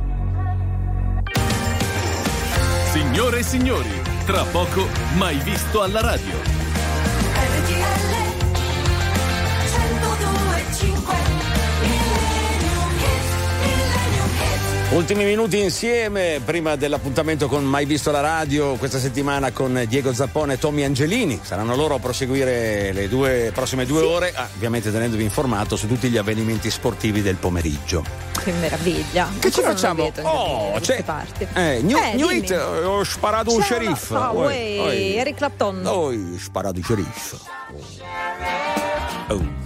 Signore e signori, tra poco Mai Visto alla Radio. Ultimi minuti insieme prima dell'appuntamento con Mai Visto alla Radio questa settimana con Diego Zappone e Tommy Angelini. Saranno loro a proseguire le due prossime due sì. ore, ah, ovviamente tenendovi informato su tutti gli avvenimenti sportivi del pomeriggio. Che meraviglia! Che ci facciamo? Oh, c'è eh, New, eh, New Hit, ho sparato un sheriff. Una... Oh, oi, oi. Eric Clapton. Oh, ho sparato un sheriff. Oh.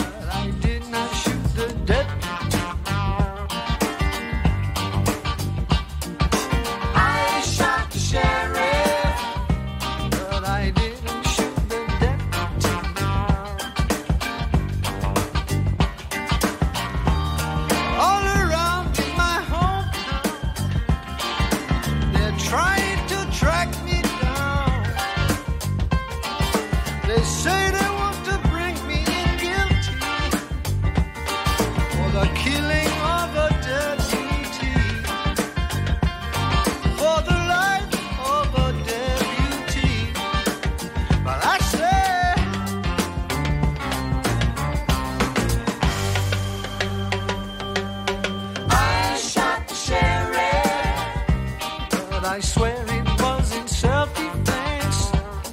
I swear it was in self-defense.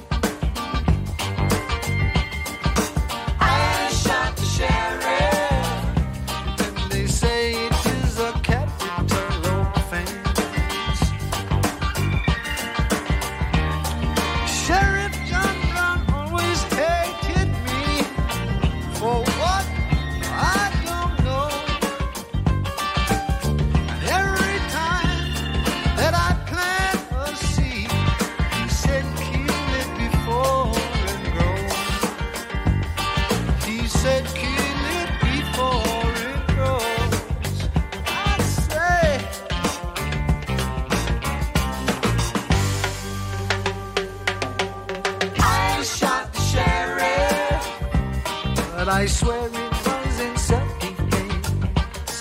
I shot the sheriff, and they say it is a capital offense. Sheriff John Brown always hated me for what I don't know. And every time that I I swear it was in self-defense.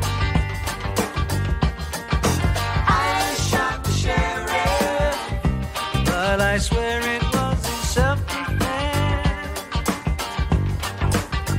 I shot the sheriff, but I swear it was in self-defense.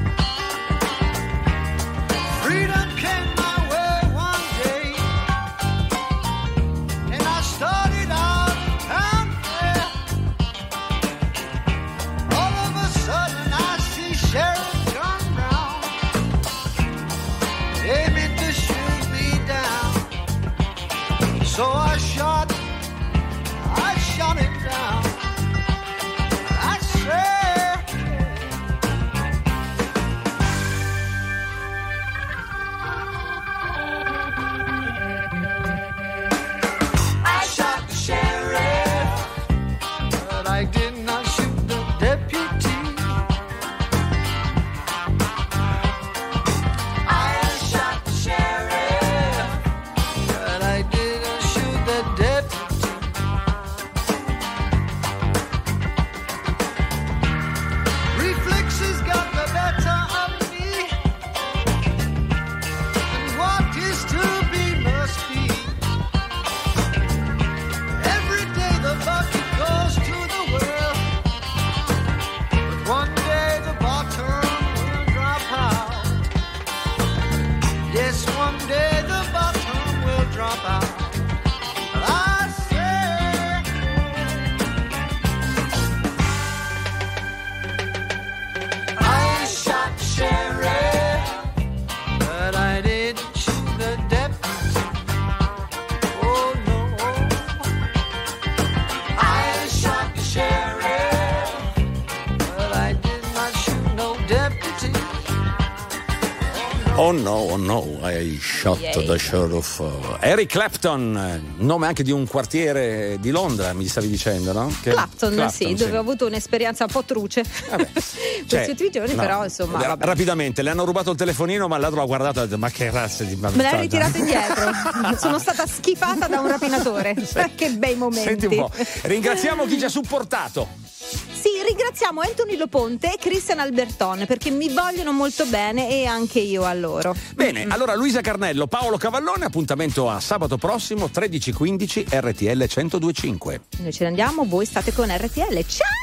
Oh no, oh no, I shot Yeah. the sheriff. Eric Clapton, nome anche di un quartiere di Londra, mi stavi dicendo, no? Che- Clapton, Clapton, sì, dove ho avuto un'esperienza un po' truce questi Cioè, ultimi giorni, no, però insomma ra- vabbè. rapidamente le hanno rubato il telefonino, ma l'altro l'ha guardato e ha detto ma che razza di Me l'hai ritirato indietro. Sono stata schifata da un rapinatore. Che bei momenti. Senti un po', ringraziamo chi ci ha supportato. Sì, ringraziamo Anthony Loponte e Christian Alberton perché mi vogliono molto bene e anche io a loro. Bene, allora Luisa Carnello, Paolo Cavallone, appuntamento a sabato prossimo tredici quindici R T L centodue e cinque. Noi ce ne andiamo, voi state con R T L. Ciao!